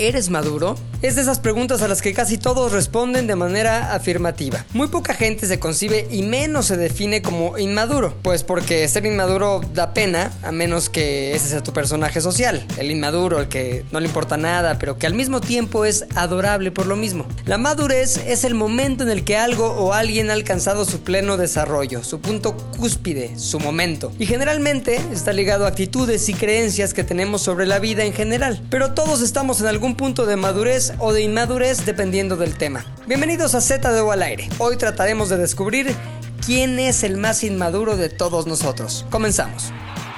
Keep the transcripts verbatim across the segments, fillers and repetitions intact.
¿eres maduro? Es de esas preguntas a las que casi todos responden de manera afirmativa. Muy poca gente se concibe y menos se define como inmaduro, pues porque ser inmaduro da pena, a menos que ese sea tu personaje social. El inmaduro, el que no le importa nada, pero que al mismo tiempo es adorable por lo mismo. La madurez es el momento en el que algo o alguien ha alcanzado su pleno desarrollo, su punto cúspide, su momento. Y generalmente está ligado a actitudes y creencias que tenemos sobre la vida en general. Pero todos estamos en algún punto de madurez o de inmadurez dependiendo del tema. Bienvenidos a Z D U al aire. Hoy trataremos de descubrir quién es el más inmaduro de todos nosotros. Comenzamos.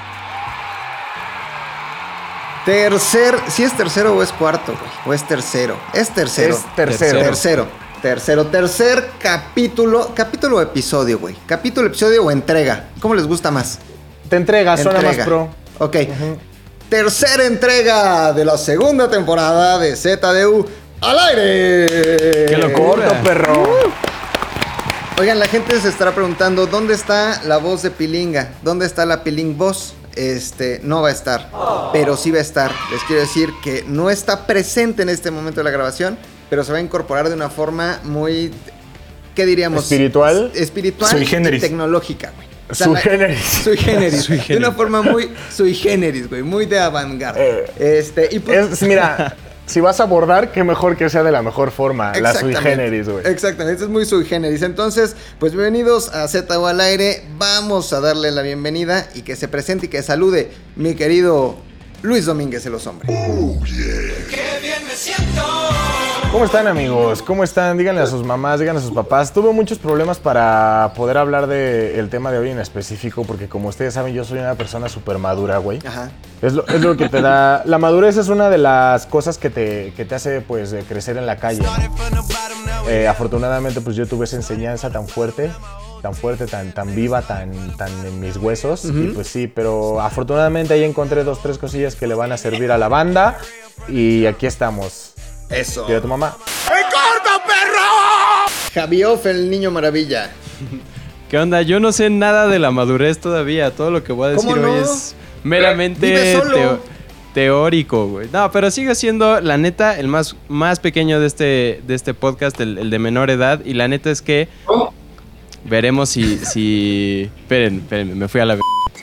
Tercer, si es tercero o es cuarto, güey, o es tercero. Es tercero. Es tercero. Tercero. Tercero, tercer capítulo, capítulo o episodio, güey. Capítulo, episodio o entrega. ¿Cómo les gusta más? Te entrega, suena más pro. Ok. Uh-huh. Tercera entrega de la segunda temporada de Z D U al aire. ¡Qué locura, perro! Uh. Oigan, la gente se estará preguntando, ¿dónde está la voz de Pilinga? ¿Dónde está la Piling voz? Este, no va a estar, oh. pero sí va a estar. Les quiero decir que no está presente en este momento de la grabación, pero se va a incorporar de una forma muy, ¿qué diríamos? ¿Espiritual? Espiritual Sui y generis. tecnológica, güey. O sea, sui generis. Sui generis. Sui generis. De una forma muy sui generis, güey. Muy de avant-garde. Eh, este, y pues, es, mira, si vas a abordar, qué mejor que sea de la mejor forma. La sui generis, güey. Exactamente, es muy sui generis. Entonces, pues bienvenidos a Z D U al aire. Vamos a darle la bienvenida y que se presente y que salude mi querido Luis Domínguez, el Oshombre. Oh, yeah. ¡Qué bien me siento! ¿Cómo están, amigos? ¿Cómo están? Díganle a sus mamás, díganle a sus papás. Tuve muchos problemas para poder hablar del tema de hoy en específico, porque como ustedes saben, yo soy una persona súper madura, güey. Ajá. Es lo, es lo que te da... La madurez es una de las cosas que te, que te hace, pues, crecer en la calle, ¿no? Eh, afortunadamente, pues, yo tuve esa enseñanza tan fuerte, tan fuerte, tan, tan viva, tan, tan en mis huesos. Uh-huh. Y pues sí, pero afortunadamente ahí encontré dos, tres cosillas que le van a servir a la banda. Y aquí estamos. Eso. Dile a tu mamá. ¡Me corta, perro! Javioff, el niño maravilla. ¿Qué onda? Yo no sé nada de la madurez todavía. Todo lo que voy a decir no? hoy es meramente teo- teórico, güey. No, pero sigue siendo, la neta, el más, más pequeño de este, de este podcast, el, el de menor edad. Y la neta es que veremos si... si... Esperen, esperen, me fui a la...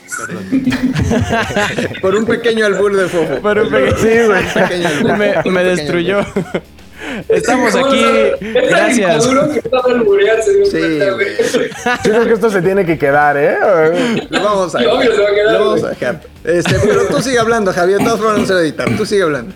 Por un pequeño albur de Fofo. Por un pequeño... Sí, güey. Me, me destruyó. Estamos aquí, gracias. Sí, Yo creo que esto se tiene que quedar, ¿eh? Lo vamos a dejar. Obvio, se va a quedar, Lo vamos a dejar. Este, pero tú sigue hablando, Javier. De todas formas no se va a editar. Tú sigue hablando.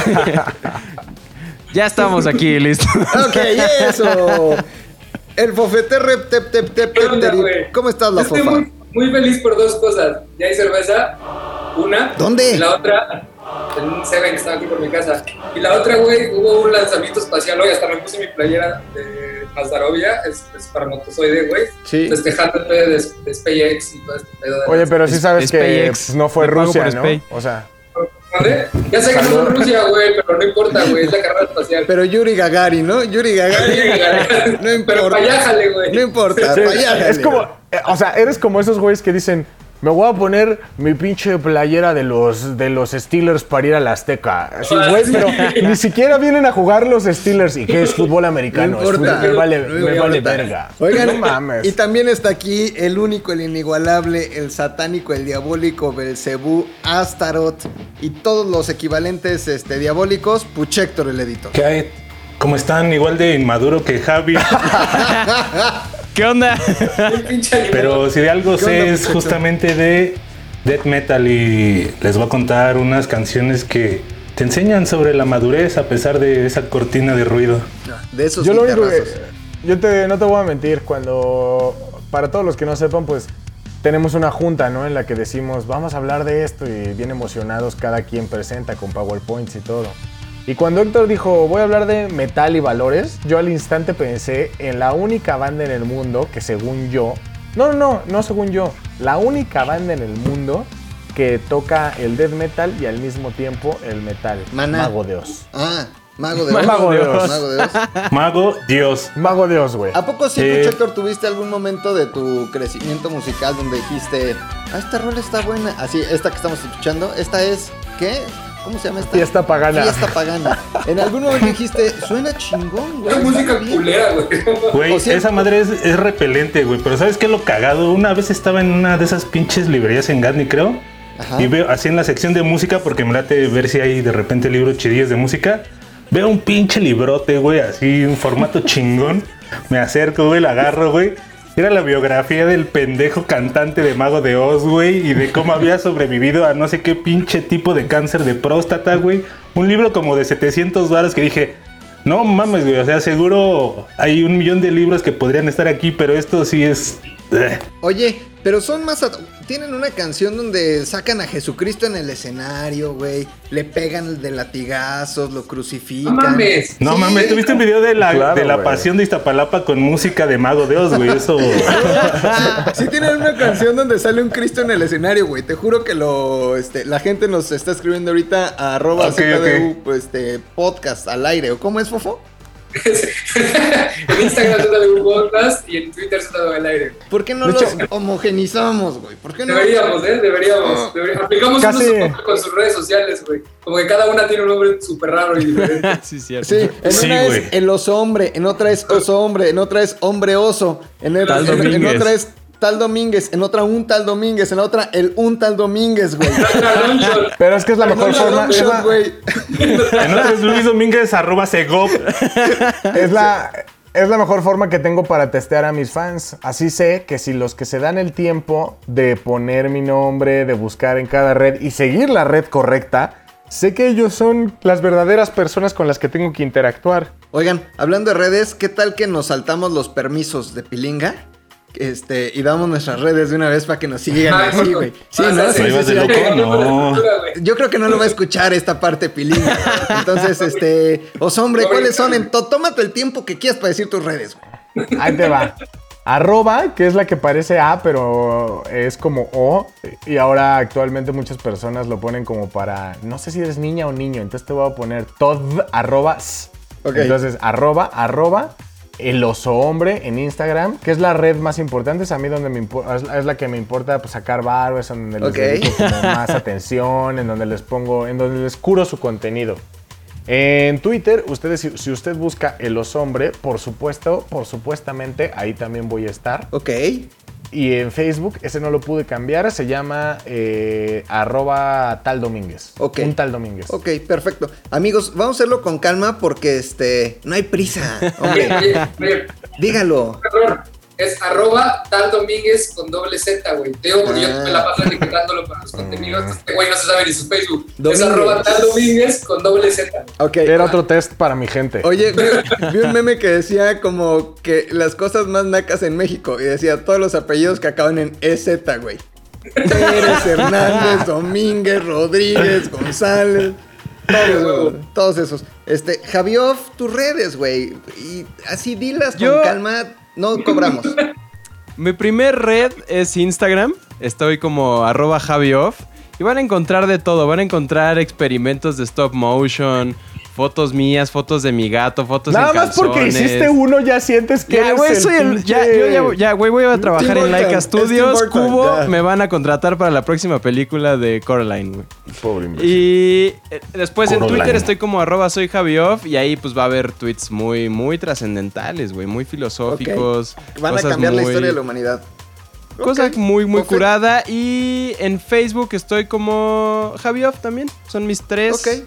Ya estamos aquí, listo. Ok, eso. El fofete rep tep tep tep ¿Qué onda, tep. güey? ¿Cómo estás, la Estoy fofa? muy, muy feliz por dos cosas. Ya hay cerveza, una. ¿Dónde? Y la otra, en un Seven que estaba aquí por mi casa. Y la otra, güey, hubo un lanzamiento espacial hoy. Hasta me puse mi playera de Mazdarovia. Es, es para motozoide, güey. Sí. Festejando el pedo de, de SpaceX y todo este pedo. De Oye, pero sí sabes que SpaceX. pues, no fue Me pago Rusia, por ¿no? Spay. O sea... ¿Dónde? Ya sé que no es Rusia, güey, pero no importa, güey. Es la carrera espacial. Pero Yuri Gagarin, ¿no? Yuri Gagarin. No importa. Pero payájale, güey. No importa, Sí, payájale. es como, eh, o sea, eres como esos güeyes que dicen, me voy a poner mi pinche playera de los, de los Steelers para ir a la Azteca. Así, güey, pero ni siquiera vienen a jugar los Steelers. ¿Y qué es fútbol americano? No Es importa. fútbol- me vale, No me importa. vale verga. Oigan, no mames. y también está aquí el único, el inigualable, el satánico, el diabólico, Belcebú, Astaroth y todos los equivalentes este, diabólicos, Puchector, el editor. ¿Qué hay? ¿Cómo están? Igual de inmaduro que Javi. ¿Qué onda? Un pinche animal. Pero si de algo ¿Qué onda, sé es muchacho? justamente de death metal y les voy a contar unas canciones que te enseñan sobre la madurez a pesar de esa cortina de ruido. De esos Yo lo único que, guitarrazos. yo te, no te voy a mentir, cuando, para todos los que no sepan, pues tenemos una junta, ¿no? En la que decimos, vamos a hablar de esto y bien emocionados cada quien presenta con PowerPoints y todo. Y cuando Héctor dijo, voy a hablar de metal y valores, yo al instante pensé en la única banda en el mundo que según yo, no, no, no, no según yo, la única banda en el mundo que toca el death metal y al mismo tiempo el metal. Maná. Mago Dios. Ah, Mago de Oz. Mago de Oz. Mago de Oz. Mago Dios. Mago Dios, güey. ¿A poco sí, Sí. Puchector, tuviste algún momento de tu crecimiento musical donde dijiste, ah, esta rola está buena? Así, esta que estamos escuchando, esta es, ¿qué? ¿Cómo se llama esta? Fiesta pagana. Fiesta pagana. En algún momento dijiste, suena chingón, güey. Es música culera, güey. Güey, O sea, esa madre es, es repelente, güey. Pero ¿sabes qué es lo cagado? Una vez estaba en una de esas pinches librerías en Gatney, creo. Ajá. Y veo así en la sección de música, porque me late ver si hay de repente libros chidillos de música. Veo un pinche librote, güey, así, un formato chingón. Me acerco, güey, lo agarro, güey. Era la biografía del pendejo cantante de Mago de Oz, güey, y de cómo había sobrevivido a no sé qué pinche tipo de cáncer de próstata, güey. Un libro como de setecientos varos que dije, no mames, güey, o sea, seguro hay un millón de libros que podrían estar aquí, pero esto sí es... Oye, pero son más... At- Tienen una canción donde sacan a Jesucristo en el escenario, güey. Le pegan de latigazos, lo crucifican. No mames. No Sí. mames, ¿tuviste un video de la, Claro, de la güey. pasión de Iztapalapa con música de Mago de Oz, güey? Eso... Sí tienen una canción donde sale un Cristo en el escenario, güey. Te juro que lo, este, la gente nos está escribiendo ahorita a arroba Ok, Z D U, ok. pues, este, podcast al aire. ¿O cómo es, Fofo? En Instagram Z D U Podcast y en Twitter Z D U al aire. ¿Por qué no De los hecho- homogenizamos, güey? ¿Por qué no? Deberíamos, ¿eh? Deberíamos. Deberíamos. Aplicamos Casi- un uso con sus redes sociales, güey. Como que cada una tiene un nombre súper raro y diferente. sí, cierto. Sí, en Sí, una güey. es el oso hombre, en otra es oso hombre, en otra es hombre oso, en, el- Tal en- en Domínguez. otra es tal Domínguez, en otra un tal Domínguez, en la otra el un tal Domínguez, güey. Otra Longshot. Pero es que es la mejor Una forma. long Es shot, la, güey. En otro es Luis Domínguez, arroba Segov. es la- es la mejor forma que tengo para testear a mis fans. Así sé que si los que se dan el tiempo de poner mi nombre, de buscar en cada red y seguir la red correcta, sé que ellos son las verdaderas personas con las que tengo que interactuar. Oigan, hablando de redes, ¿qué tal que nos saltamos los permisos de Pilinga? Este, y damos nuestras redes de una vez para que nos sigan Ah, así, güey. Sí, vas a ¿no? hacer- Sí, ¿No ibas sí, de sí, loco? hay que- No. Yo creo que no lo va a escuchar esta parte Pilinga. Entonces, este, os hombre, ¿cuáles son? En to- tómate el tiempo que quieras para decir tus redes, güey. Ahí te va. Arroba, que es la que parece A, pero es como O. Y ahora actualmente muchas personas lo ponen como para... No sé si eres niña o niño, entonces te voy a poner tod arroba s. Ok. Entonces, arroba, arroba, el oso hombre en Instagram, que es la red más importante. Es a mí donde me importa, es, es la que me importa pues, sacar barro, es donde les Ok. dedico como más atención, en donde les pongo, en donde les curo su contenido. En Twitter, ustedes, si, si usted busca el oso hombre, por supuesto, por supuestamente, ahí también voy a estar. Ok. Y en Facebook, ese no lo pude cambiar, se llama eh, arroba tal Domínguez. Ok. Un tal Domínguez. Ok, perfecto. Amigos, vamos a hacerlo con calma porque, este, no hay prisa. Oye, Hombre, oye, oye, dígalo. error. Es arroba tal Domínguez con doble Z, güey. Te digo porque Ah. yo me la paso etiquetándolo para los contenidos. Este güey no se sabe ni su Facebook. Domínguez. Es arroba tal Domínguez con doble Z. Ok. Era otro test para mi gente. Oye, vi, vi un meme que decía como que las cosas más nacas en México. Y decía todos los apellidos que acaban en E Z, güey. Pérez, Hernández, Domínguez, Rodríguez, González. Todos, güey, todos esos. Este, Javioff, tus redes, güey. Y así dilas con Yo- calma. No cobramos. Mi primer red es Instagram. Estoy como arroba javioff. Y van a encontrar de todo. Van a encontrar experimentos de stop motion, fotos mías, fotos de mi gato, fotos Nada en más porque calzones. hiciste uno ya sientes que Ya, eres güey, el soy el. Ya, pinche- yo ya, ya, güey, voy a trabajar Tim en Laika Burton, es Tim Studios. Burton, Cubo, ya. me van a contratar para la próxima película de Coraline, güey. Pobre imbécil. Y eh, después en Coraline. Twitter estoy como arroba soy Javioff y ahí pues va a haber tweets muy, muy trascendentales, güey, muy filosóficos. Van a cosas cambiar la muy- historia de la humanidad. Cosa Ok, muy, muy perfecto. curada. Y en Facebook estoy como Javioff también. Son mis tres Ok.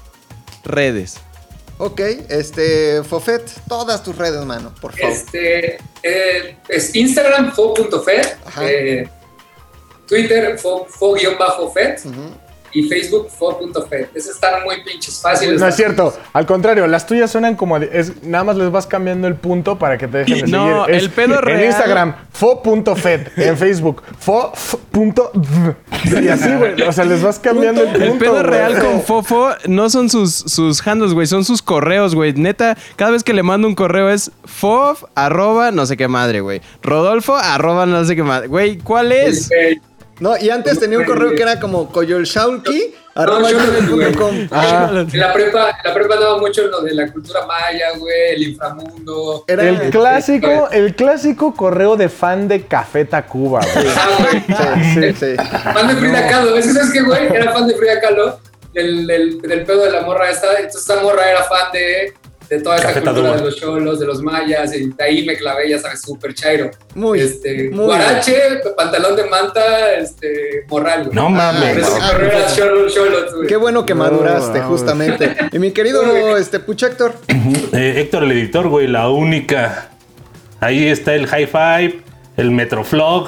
redes. Ok, este, Fofet, todas tus redes, mano, por favor. Este, eh, es Instagram, fo.fet. Ajá. Eh, Twitter, fo- fo-fet. Ujú. Y Facebook, fo.fet. Esos están muy pinches fáciles. No es cierto, al contrario, las tuyas suenan como de- es, nada más les vas cambiando el punto para que te dejen de No, seguir. Es el pedo en real- Instagram, fo.fed, en Facebook, fo. punto d. Y así, güey, o sea, les vas cambiando el punto. El pedo güey. real con Fofo no son sus, sus handles, güey, son sus correos, güey. Neta, cada vez que le mando un correo es fof, arroba, no sé qué madre, güey. Rodolfo, arroba, no sé qué madre. Güey, ¿cuál es? Ok. No, y antes tenía un correo que era como coyolshaulki, No, arroba yo no gmail punto güey. com. Ah. En la prepa, en la prepa daba mucho lo de la cultura maya, güey, el inframundo. Era El clásico, el clásico correo de fan de Café Tacuba, güey. Ah, güey. Sí, sí, sí. Fan de Frida Kahlo. Es que, ¿sabes qué, güey? Era fan de Frida Kahlo. del, del, del pedo de la morra esta. Entonces esa morra era fan de, de toda esta Café cultura Tacuba. de los cholos, de los mayas, y de ahí me clavé, ya sabes, súper chairo. Muy, este, muy guarache, pantalón de manta, este, morral. güey. No mames. Pero no. ese correo era cholos, cholos, güey. Qué bueno que No, maduraste, no, justamente. Y mi querido este, Puch Héctor. Eh, Héctor, el editor, güey, la única. Ahí está el High Five, el Metroflog,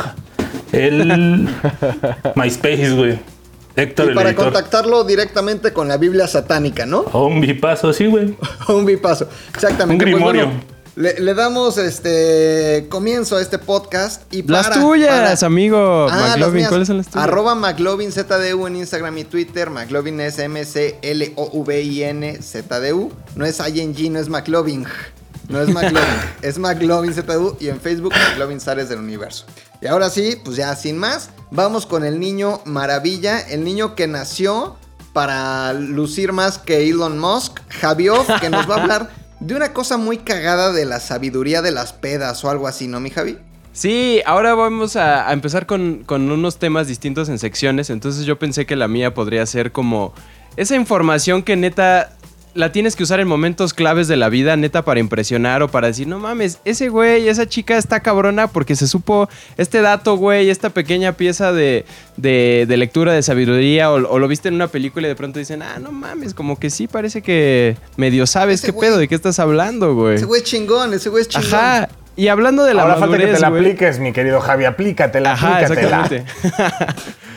el MySpace, güey. Héctor, Y el para editor. contactarlo directamente con la Biblia satánica, ¿no? Un bipazo, sí, güey. Un bipazo. Exactamente. Un grimorio. Pues bueno, le, le damos este comienzo a este podcast. Y Las para, tuyas, para- amigo. Ah, las McLovin, mías. ¿cuáles son las tuyas? Arroba McLovinZDU en Instagram y Twitter. McLovin es M C L O V I N Z D U. No es I N G, no es McLovin. No es McLovin, es McLovinZDU. Y en Facebook, McLovin Zares del Universo. Y ahora sí, pues ya sin más, vamos con el niño maravilla. El niño que nació para lucir más que Elon Musk. Javioff, que nos va a hablar de una cosa muy cagada de la sabiduría de las pedas o algo así, ¿no, mi Javi? Sí, ahora vamos a, a empezar con, con unos temas distintos en secciones. Entonces yo pensé que la mía podría ser como esa información que neta la tienes que usar en momentos claves de la vida, neta, para impresionar o para decir, no mames, ese güey, esa chica está cabrona porque se supo este dato, güey, esta pequeña pieza de, de, de lectura de sabiduría o, o lo viste en una película y de pronto dicen, ah, no mames, como que sí parece que medio sabes Ese qué güey- pedo, de qué estás hablando, güey. Ese güey es chingón, ese güey es chingón. Ajá. Y hablando de la Ahora falta que madurez, te la güey. apliques, mi querido Javi. Aplícatela, Ajá, aplícatela. exactamente.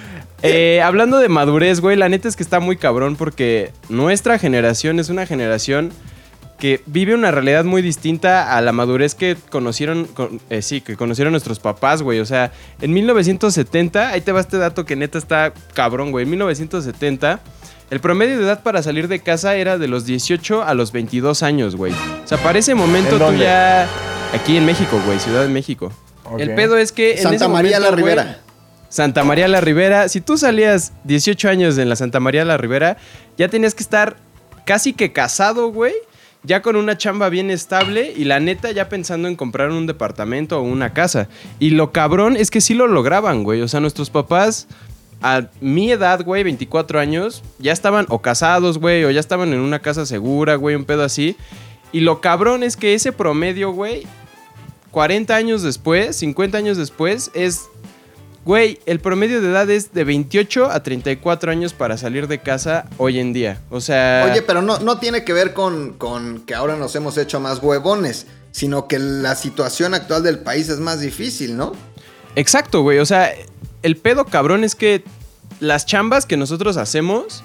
Eh, hablando de madurez, güey, la neta es que está muy cabrón porque nuestra generación es una generación que vive una realidad muy distinta a la madurez que conocieron, con- eh, sí, que conocieron nuestros papás, güey. O sea, en mil novecientos setenta, ahí te va este dato que neta está cabrón, güey. En mil novecientos setenta, el promedio de edad para salir de casa era de los dieciocho a los veintidós años, güey. O sea, para ese momento ¿En tú dónde? ya... Aquí en México, güey, Ciudad de México. Ok. El pedo es que en Santa ese María la momento, güey, Ribera. Santa María la Ribera. Si tú salías dieciocho años en la Santa María la Ribera, ya tenías que estar casi que casado, güey. Ya con una chamba bien estable y la neta ya pensando en comprar un departamento o una casa. Y lo cabrón es que sí lo lograban, güey. O sea, nuestros papás a mi edad, güey, veinticuatro años, ya estaban o casados, güey, o ya estaban en una casa segura, güey, un pedo así. Y lo cabrón es que ese promedio, güey, cuarenta años después, cincuenta años después, es... Güey, el promedio de edad es de veintiocho a treinta y cuatro años para salir de casa hoy en día. O sea... Oye, pero no, no tiene que ver con, con que ahora nos hemos hecho más huevones, sino que la situación actual del país es más difícil, ¿no? Exacto, güey. O sea, el pedo cabrón es que las chambas que nosotros hacemos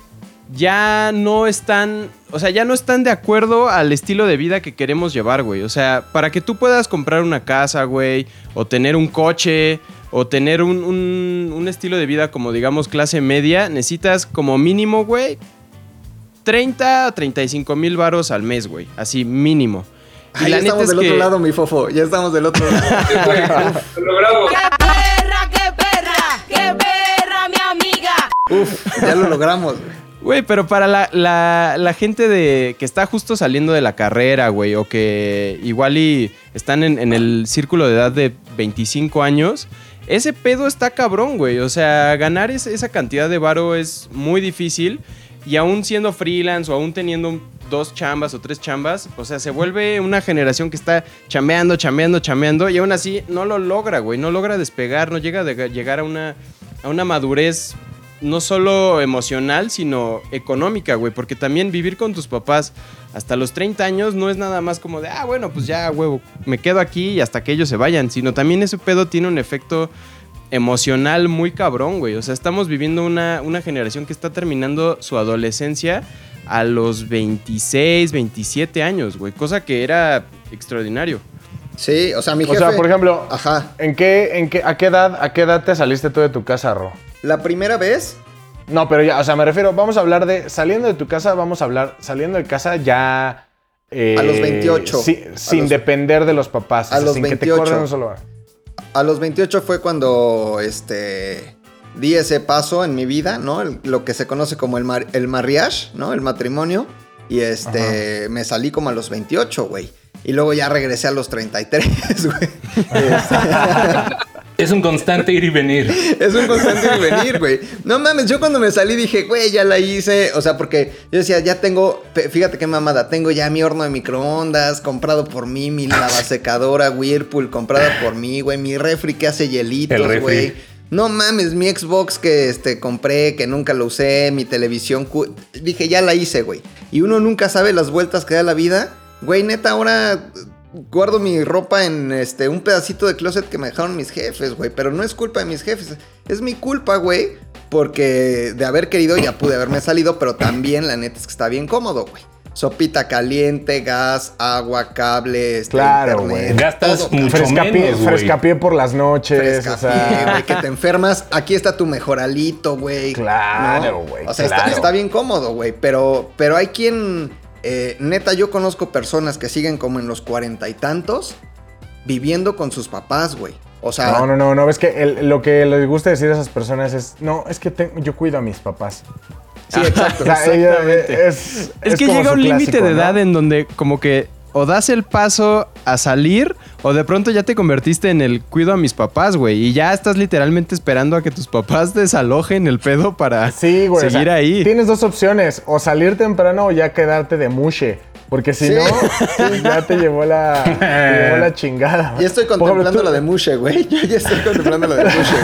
ya no están, o sea, ya no están de acuerdo al estilo de vida que queremos llevar, güey. O sea, para que tú puedas comprar una casa, güey, o tener un coche, o tener un, un, un estilo de vida como, digamos, clase media, necesitas como mínimo, güey, treinta a treinta y cinco mil varos al mes, güey. Así, mínimo. Ahí ya estamos del otro lado, mi fofo. Ya estamos del otro lado. Sí, güey, lo logramos. ¡Qué perra, qué perra! ¡Qué perra, mi amiga! Uf, ya lo logramos, güey. Güey, pero para la, la, la gente de que está justo saliendo de la carrera, güey, o que igual y están en, en el círculo de edad de veinticinco años, ese pedo está cabrón, güey. O sea, ganar es- esa cantidad de varo es muy difícil y aún siendo freelance o aún teniendo dos chambas o tres chambas, o sea, se vuelve una generación que está chambeando, chambeando, chambeando y aún así no lo logra, güey. No logra despegar, no llega a de- llegar a una, a una madurez no solo emocional, sino económica, güey. Porque también vivir con tus papás hasta los treinta años no es nada más como de, ah, bueno, pues ya, huevo, me quedo aquí y hasta que ellos se vayan. Sino también ese pedo tiene un efecto emocional muy cabrón, güey. O sea, estamos viviendo una, una generación que está terminando su adolescencia a los veintiséis, veintisiete años, güey. Cosa que era extraordinario. Sí, o sea, mi O jefe... sea, por ejemplo, Ajá. ¿en qué, en qué, a qué edad, a qué edad te saliste tú de tu casa, Ro? La primera vez... No, pero ya, o sea, me refiero, vamos a hablar de saliendo de tu casa, vamos a hablar saliendo de casa ya eh, A los veintiocho. sí, A sin los- depender de los papás, a o sea, los sin que te veintiocho. corran un solo bar. A los veintiocho fue cuando este, di ese paso en mi vida, ¿no? El- lo que se conoce como el, mar- el mariage, ¿no? El matrimonio. Y este, me salí como a los veintiocho, güey. Y luego ya regresé a los treinta y tres, güey. Este, Es un constante ir y venir. Es un constante ir y venir, güey. No mames, yo cuando me salí dije, güey, ya la hice. O sea, porque yo decía, ya tengo, fíjate qué mamada, tengo ya mi horno de microondas comprado por mí, mi lavasecadora Whirlpool comprada por mí, güey, mi refri que hace hielitos, güey. No mames, mi Xbox que este, compré, que nunca lo usé, mi televisión. Cu- dije, ya la hice, güey. Y uno nunca sabe las vueltas que da la vida. Güey, neta, ahora guardo mi ropa en este un pedacito de closet que me dejaron mis jefes, güey. Pero no es culpa de mis jefes. Es mi culpa, güey. Porque de haber querido ya pude haberme salido. Pero también la neta es que está bien cómodo, güey. Sopita caliente, gas, agua, cable, este, claro, internet. Güey. Gastas todo, mucho Frescapié, menos, güey. frescapié por las noches. Frescapié, o sea... güey, que te enfermas. Aquí está tu mejoralito, güey. Claro, ¿no? güey, O sea, claro. está, está bien cómodo, güey. Pero, pero hay quien... Eh, neta, yo conozco personas que siguen como en los cuarenta y tantos viviendo con sus papás, güey. O sea... No, no, no, no. Es que el- lo que les gusta decir a esas personas es... No, es que te- yo cuido a mis papás. Sí, exacto. O sea, ella, Exactamente. eh, es, Es que como llega su un límite clásico, de ¿no? edad en donde como que o das el paso a salir o de pronto ya te convertiste en el cuido a mis papás, güey. Y ya estás literalmente esperando a que tus papás desalojen el pedo para Sí, güey. o seguir sea, ahí. Tienes dos opciones. O salir temprano o ya quedarte de mushe. Porque si Sí. no, ya te llevó la, te llevó la chingada. Ya estoy Por ejemplo, contemplando tú- lo de Mushe, güey. Yo ya estoy contemplando lo de Mushe.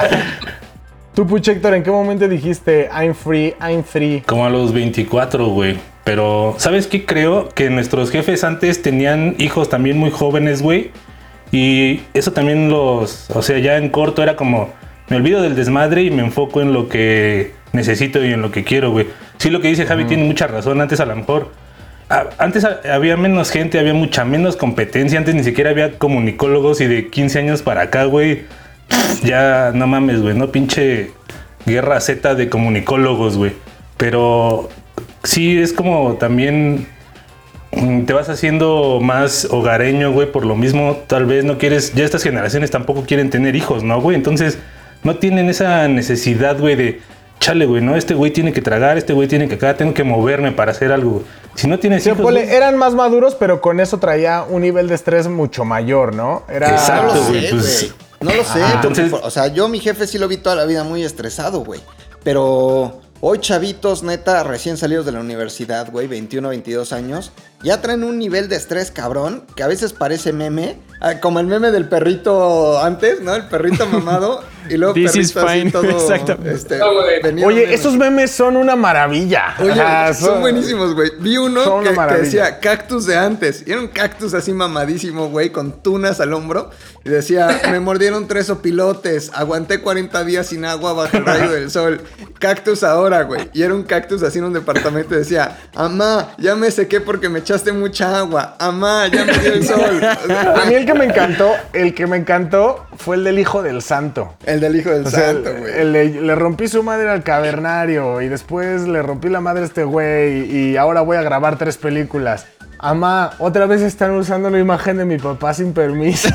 Tú, Puch Héctor, ¿en qué momento dijiste I'm free, I'm free? Como a los veinticuatro, güey. Pero, ¿sabes qué? Creo que nuestros jefes antes tenían hijos también muy jóvenes, güey. Y eso también los... O sea, ya en corto era como... Me olvido del desmadre y me enfoco en lo que necesito y en lo que quiero, güey. Sí, lo que dice Javi tiene mucha razón. Antes a lo mejor... a- antes a- había menos gente, había mucha menos competencia. Antes ni siquiera había comunicólogos y de quince años para acá, güey. Ya, no mames, güey, no pinche guerra Z de comunicólogos, güey. Pero sí es como también mm, te vas haciendo más hogareño, güey. Por lo mismo, tal vez no quieres, ya estas generaciones tampoco quieren tener hijos, ¿no, güey? Entonces no tienen esa necesidad, güey, de chale, güey, ¿no? Este güey tiene que tragar, este güey tiene que acá, tengo que moverme para hacer algo. Si no tienes Sí, hijos, ponle, güey, eran más maduros, pero con eso traía un nivel de estrés mucho mayor, ¿no? Era... Exacto, No lo güey, sé, pues- güey. No lo sé. Ah, porque, entonces- o sea, yo mi jefe sí lo vi toda la vida muy estresado, güey. Pero hoy chavitos, neta, recién salidos de la universidad, güey, veintiuno, veintidós años, ya traen un nivel de estrés cabrón que a veces parece meme. Ah, como el meme del perrito antes, ¿no? El perrito mamado. Y luego This is perrito así fine. todo... Exactamente. Este, No, güey. venía un Oye, meme. esos memes son una maravilla. Oye, Ajá, son buenísimos, güey. Vi uno son una que, que maravilla. decía cactus de antes. Y era un cactus así mamadísimo, güey, con tunas al hombro. Y decía, me mordieron tres opilotes. Aguanté cuarenta días sin agua bajo el rayo del sol. Cactus ahora, güey. Y era un cactus así en un departamento. Y decía, amá, ya me sequé porque me echaste mucha agua. Amá, ya me dio el sol. O sea, A mí el que me encantó, el que me encantó fue el del hijo del santo. el del hijo del O sea, santo, güey. el- le, le rompí su madre al cavernario y después le rompí la madre a este güey y ahora voy a grabar tres películas. Amá, otra vez están usando la imagen de mi papá sin permiso.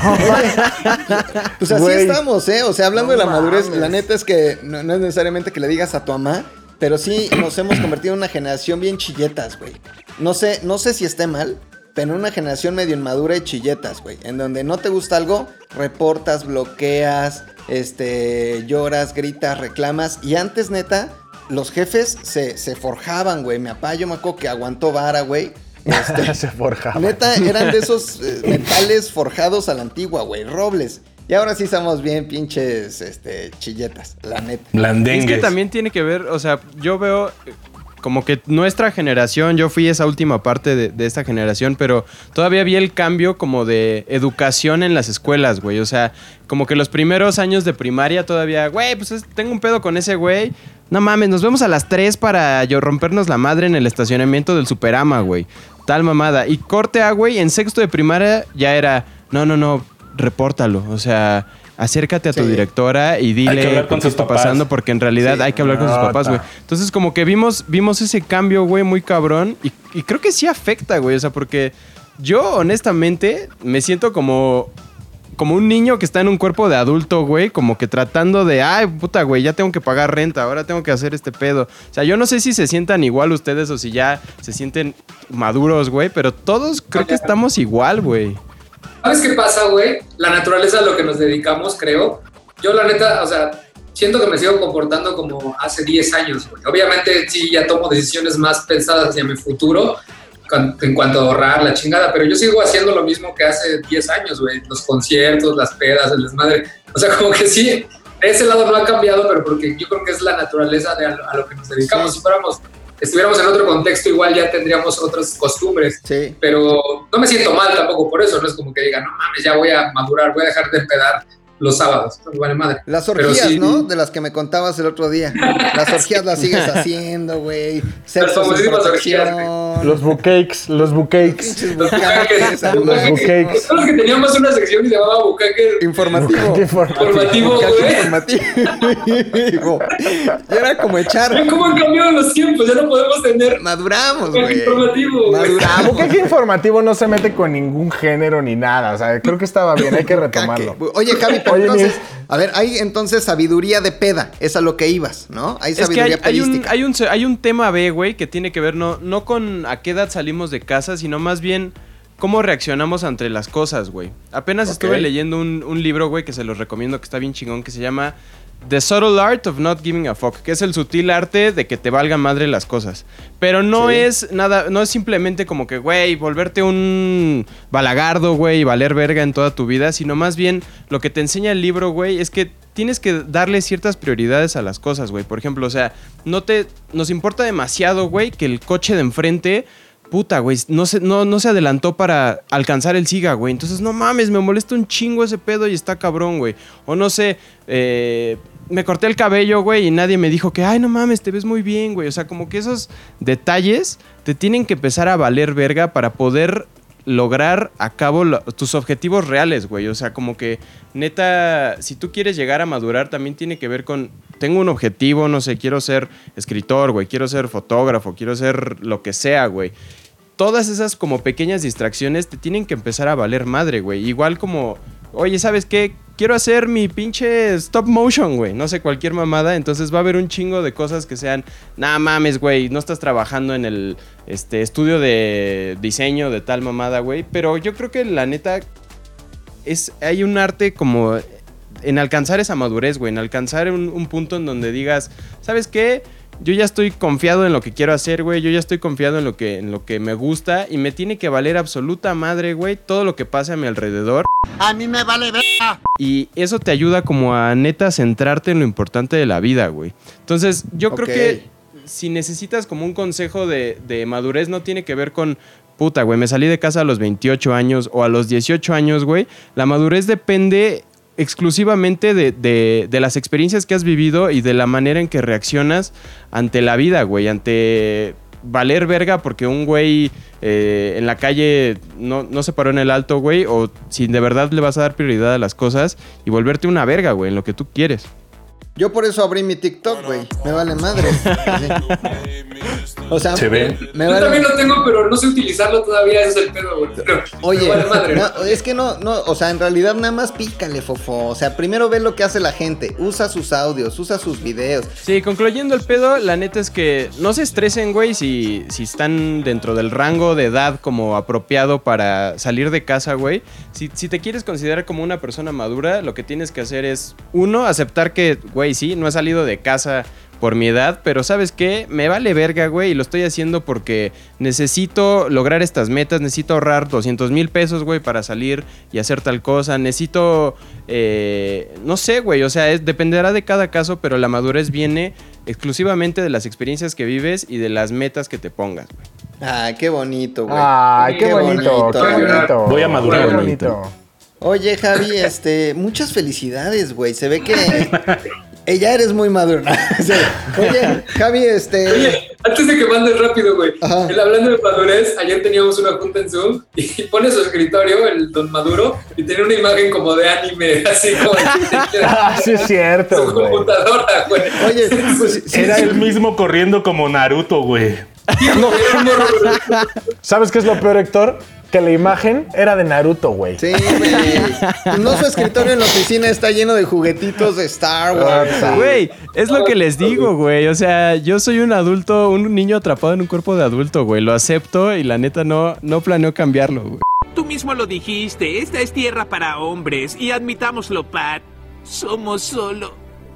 Pues así Güey. estamos, ¿eh? O sea, hablando No de la madurez, mames. la neta es que no, no es necesariamente que le digas a tu mamá, pero sí nos hemos convertido en una generación bien chilletas, güey. No sé, no sé si esté mal, pero en una generación medio inmadura y chilletas, güey. En donde no te gusta algo, reportas, bloqueas, este, lloras, gritas, reclamas. Y antes, neta, los jefes se, se forjaban, güey. Mi papá, yo me acuerdo que aguantó vara, güey. Este, Se forjaba. Neta, eran de esos eh, metales forjados a la antigua, güey, robles. Y ahora sí somos bien pinches este, chilletas, la neta. Y blandengues. es que también tiene que ver, o sea, yo veo eh, como que nuestra generación, yo fui esa última parte de, de esta generación, pero todavía vi el cambio como de educación en las escuelas, güey. O sea, como que los primeros años de primaria todavía, güey, pues es- tengo un pedo con ese güey. No mames, nos vemos a las tres para yo rompernos la madre en el estacionamiento del Superama, güey. Tal mamada. Y corte a, güey, en sexto de primaria ya era, no, no, no, repórtalo. O sea, acércate a tu Sí. directora y Hay que dile hablar con qué sus está papás. pasando, porque en realidad Sí. hay que hablar con sus Nota. papás, güey. Entonces, como que vimos, vimos ese cambio, güey, muy cabrón. Y, y creo que sí afecta, güey. O sea, porque yo, honestamente, me siento como... Como un niño que está en un cuerpo de adulto, güey, como que tratando de, ay, puta, güey, ya tengo que pagar renta, ahora tengo que hacer este pedo. O sea, yo no sé si se sientan igual ustedes o si ya se sienten maduros, güey, pero todos creo que estamos igual, güey. ¿Sabes qué pasa, güey? La naturaleza a lo que nos dedicamos, creo, yo la neta, o sea, siento que me sigo comportando como hace diez años, güey. Obviamente sí ya tomo decisiones más pensadas hacia mi futuro en cuanto a ahorrar la chingada, pero yo sigo haciendo lo mismo que hace diez años, güey. Los conciertos, las pedas, el desmadre. O sea, como que sí, ese lado no ha cambiado, pero porque yo creo que es la naturaleza de a lo, a lo que nos dedicamos. Sí. Si fuéramos, estuviéramos en otro contexto, igual ya tendríamos otras costumbres. Sí. Pero no me siento mal tampoco por eso. No es como que diga, no mames, ya voy a madurar, voy a dejar de empedar los sábados, vale madre. Las orgías, sí, ¿no? De las que me contabas el otro día. Las orgías las sigues haciendo, güey. Las famosísimas orgías, güey. Los bucakes, los bucakes. Los bucakes. Los bucakes. Todos que teníamos una sección que se llamaba bucaque informativo. Informativo, güey. Informativo. Y era como echar. ¿Cómo han cambiado los tiempos? Ya no podemos tener. Maduramos, güey. Informativo, Maduramos. Bucaque informativo no se mete con ningún género ni nada. O sea, creo que estaba bien, hay que retomarlo. Oye, Javi, Oye, entonces, a ver, hay entonces sabiduría de peda, es a lo que ibas, ¿no? Hay sabiduría es que hay, hay, un, hay, un, hay un tema B, güey, que tiene que ver no, no con a qué edad salimos de casa, sino más bien cómo reaccionamos ante las cosas, güey. Apenas okay. estuve leyendo un, un libro, güey, que se los recomiendo, que está bien chingón, que se llama The Subtle Art of Not Giving a Fuck, que es el sutil arte de que te valgan madre las cosas. Pero no sí. es nada, no es simplemente como que, güey, volverte un balagardo, güey, y valer verga en toda tu vida, sino más bien lo que te enseña el libro, güey, es que tienes que darle ciertas prioridades a las cosas, güey. Por ejemplo, o sea, no te, nos importa demasiado, güey, que el coche de enfrente... Puta, güey, no se, no, no se adelantó para alcanzar el siga, güey. Entonces, no mames, me molesta un chingo ese pedo y está cabrón, güey. O no sé, eh, me corté el cabello, güey, y nadie me dijo que, ay, no mames, te ves muy bien, güey. O sea, como que esos detalles te tienen que empezar a valer verga para poder lograr a cabo lo, tus objetivos reales, güey. O sea, como que, neta, si tú quieres llegar a madurar, también tiene que ver con... Tengo un objetivo, no sé, quiero ser escritor, güey, quiero ser fotógrafo, quiero ser lo que sea, güey. Todas esas como pequeñas distracciones te tienen que empezar a valer madre, güey. Igual como, oye, ¿sabes qué? Quiero hacer mi pinche stop motion, güey. No sé, cualquier mamada. Entonces va a haber un chingo de cosas que sean, nah mames, güey, no estás trabajando en el este, estudio de diseño de tal mamada, güey. Pero yo creo que la neta es, hay un arte como... en alcanzar esa madurez, güey, en alcanzar un, un punto en donde digas, ¿sabes qué? Yo ya estoy confiado en lo que quiero hacer, güey, yo ya estoy confiado en lo que, en lo que me gusta y me tiene que valer absoluta madre, güey, todo lo que pase a mi alrededor. A mí me vale verga. Y eso te ayuda como a neta centrarte en lo importante de la vida, güey. Entonces, yo creo okay. que si necesitas como un consejo de, de madurez, no tiene que ver con... Puta, güey, me salí de casa a los veintiocho años o a los dieciocho años, güey. La madurez depende... exclusivamente de, de, de las experiencias que has vivido y de la manera en que reaccionas ante la vida, güey. Ante valer verga porque un güey eh, en la calle no, no se paró en el alto, güey. O si de verdad le vas a dar prioridad a las cosas y volverte una verga, güey, en lo que tú quieres. Yo por eso abrí mi TikTok, güey. Me vale madre. O sea, se ve. Me Yo vale... también lo tengo, pero no sé utilizarlo todavía. Ese es el pedo, güey. Pero oye, me vale madre. No, es que no, no, o sea, en realidad nada más pícale, fofo. O sea, primero ve lo que hace la gente. Usa sus audios, usa sus videos. Sí, concluyendo el pedo, la neta es que no se estresen, güey, si, si están dentro del rango de edad como apropiado para salir de casa, güey. Si, si te quieres considerar como una persona madura, lo que tienes que hacer es, uno, aceptar que, güey, sí, no he salido de casa por mi edad, pero ¿sabes qué? Me vale verga, güey, y lo estoy haciendo porque necesito lograr estas metas, necesito ahorrar doscientos mil pesos, güey, para salir y hacer tal cosa, necesito, eh, no sé, güey, o sea, es, dependerá de cada caso, pero la madurez viene exclusivamente de las experiencias que vives y de las metas que te pongas, güey. Ay, qué bonito, güey. Ay, qué, qué bonito, bonito, qué bonito. Voy a madurar. Qué bonito. Oye, Javi, este, muchas felicidades, güey, se ve que... Ella eres muy madura. Sí. Oye, Javi, este... Oye, antes de que mandes rápido, güey. El hablando de madurez, ayer teníamos una junta en Zoom y pone su escritorio, el don Maduro, y tiene una imagen como de anime, así como... Ah, sí es cierto, su güey. computadora, güey. Oye, pues... Sí, era sí, el mismo corriendo como Naruto, güey. No. ¿Sabes qué es lo peor, Héctor? Que la imagen era de Naruto, güey. Sí, güey. No, su escritorio en la oficina está lleno de juguetitos de Star Wars. Güey, es lo que les digo, güey. O sea, yo soy un adulto, un niño atrapado en un cuerpo de adulto, güey. Lo acepto y la neta no, no planeo cambiarlo, güey. Tú mismo lo dijiste. Esta es tierra para hombres. Y admitámoslo, Pat. Somos solo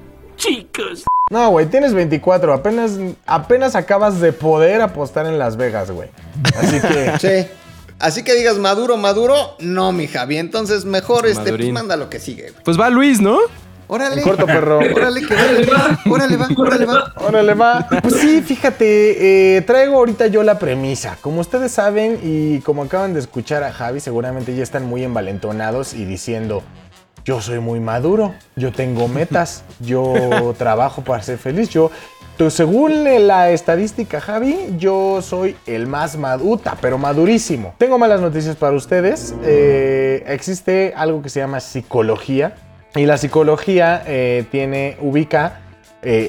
chicos. No, güey, tienes veinticuatro. Apenas, apenas acabas de poder apostar en Las Vegas, güey. Así que... Sí. Así que digas maduro, maduro, no, mi Javi. Entonces mejor este, pues, manda lo que sigue, güey. Pues va Luis, ¿no? Órale. En corto, perro. Órale, que órale va. Órale va, órale va. Órale va. Pues sí, fíjate, eh, traigo ahorita yo la premisa. Como ustedes saben y como acaban de escuchar a Javi, seguramente ya están muy envalentonados y diciendo... Yo soy muy maduro, yo tengo metas, yo trabajo para ser feliz, yo... Tú, según la estadística, Javi, yo soy el más maduta, pero madurísimo. Tengo malas noticias para ustedes. Eh, existe algo que se llama psicología. Y la psicología eh, tiene, ubica eh,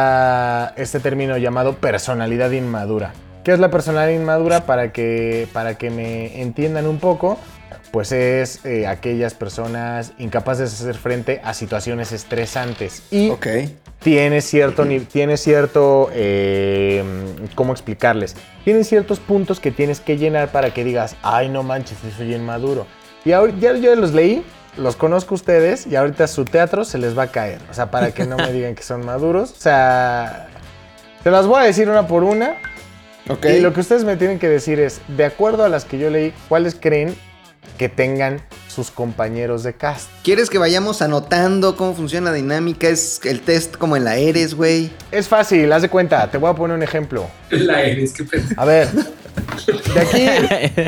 esta, este término llamado personalidad inmadura. ¿Qué es la personalidad inmadura? Para que, para que me entiendan un poco, pues es eh, aquellas personas incapaces de hacer frente a situaciones estresantes. Y okay. tiene cierto, tiene cierto eh, ¿cómo explicarles? Tienen ciertos puntos que tienes que llenar para que digas, ay, no manches, soy inmaduro. Y ahorita, ya yo los leí, los conozco a ustedes y ahorita su teatro se les va a caer. O sea, para que no me digan que son maduros. O sea, se las voy a decir una por una. Okay. Y lo que ustedes me tienen que decir es, de acuerdo a las que yo leí, ¿cuáles creen que tengan sus compañeros de cast? ¿Quieres que vayamos anotando cómo funciona la dinámica? ¿Es el test como en la Eres, güey? Es fácil, haz de cuenta. Te voy a poner un ejemplo. La Eres, qué pendejo. A ver, de aquí...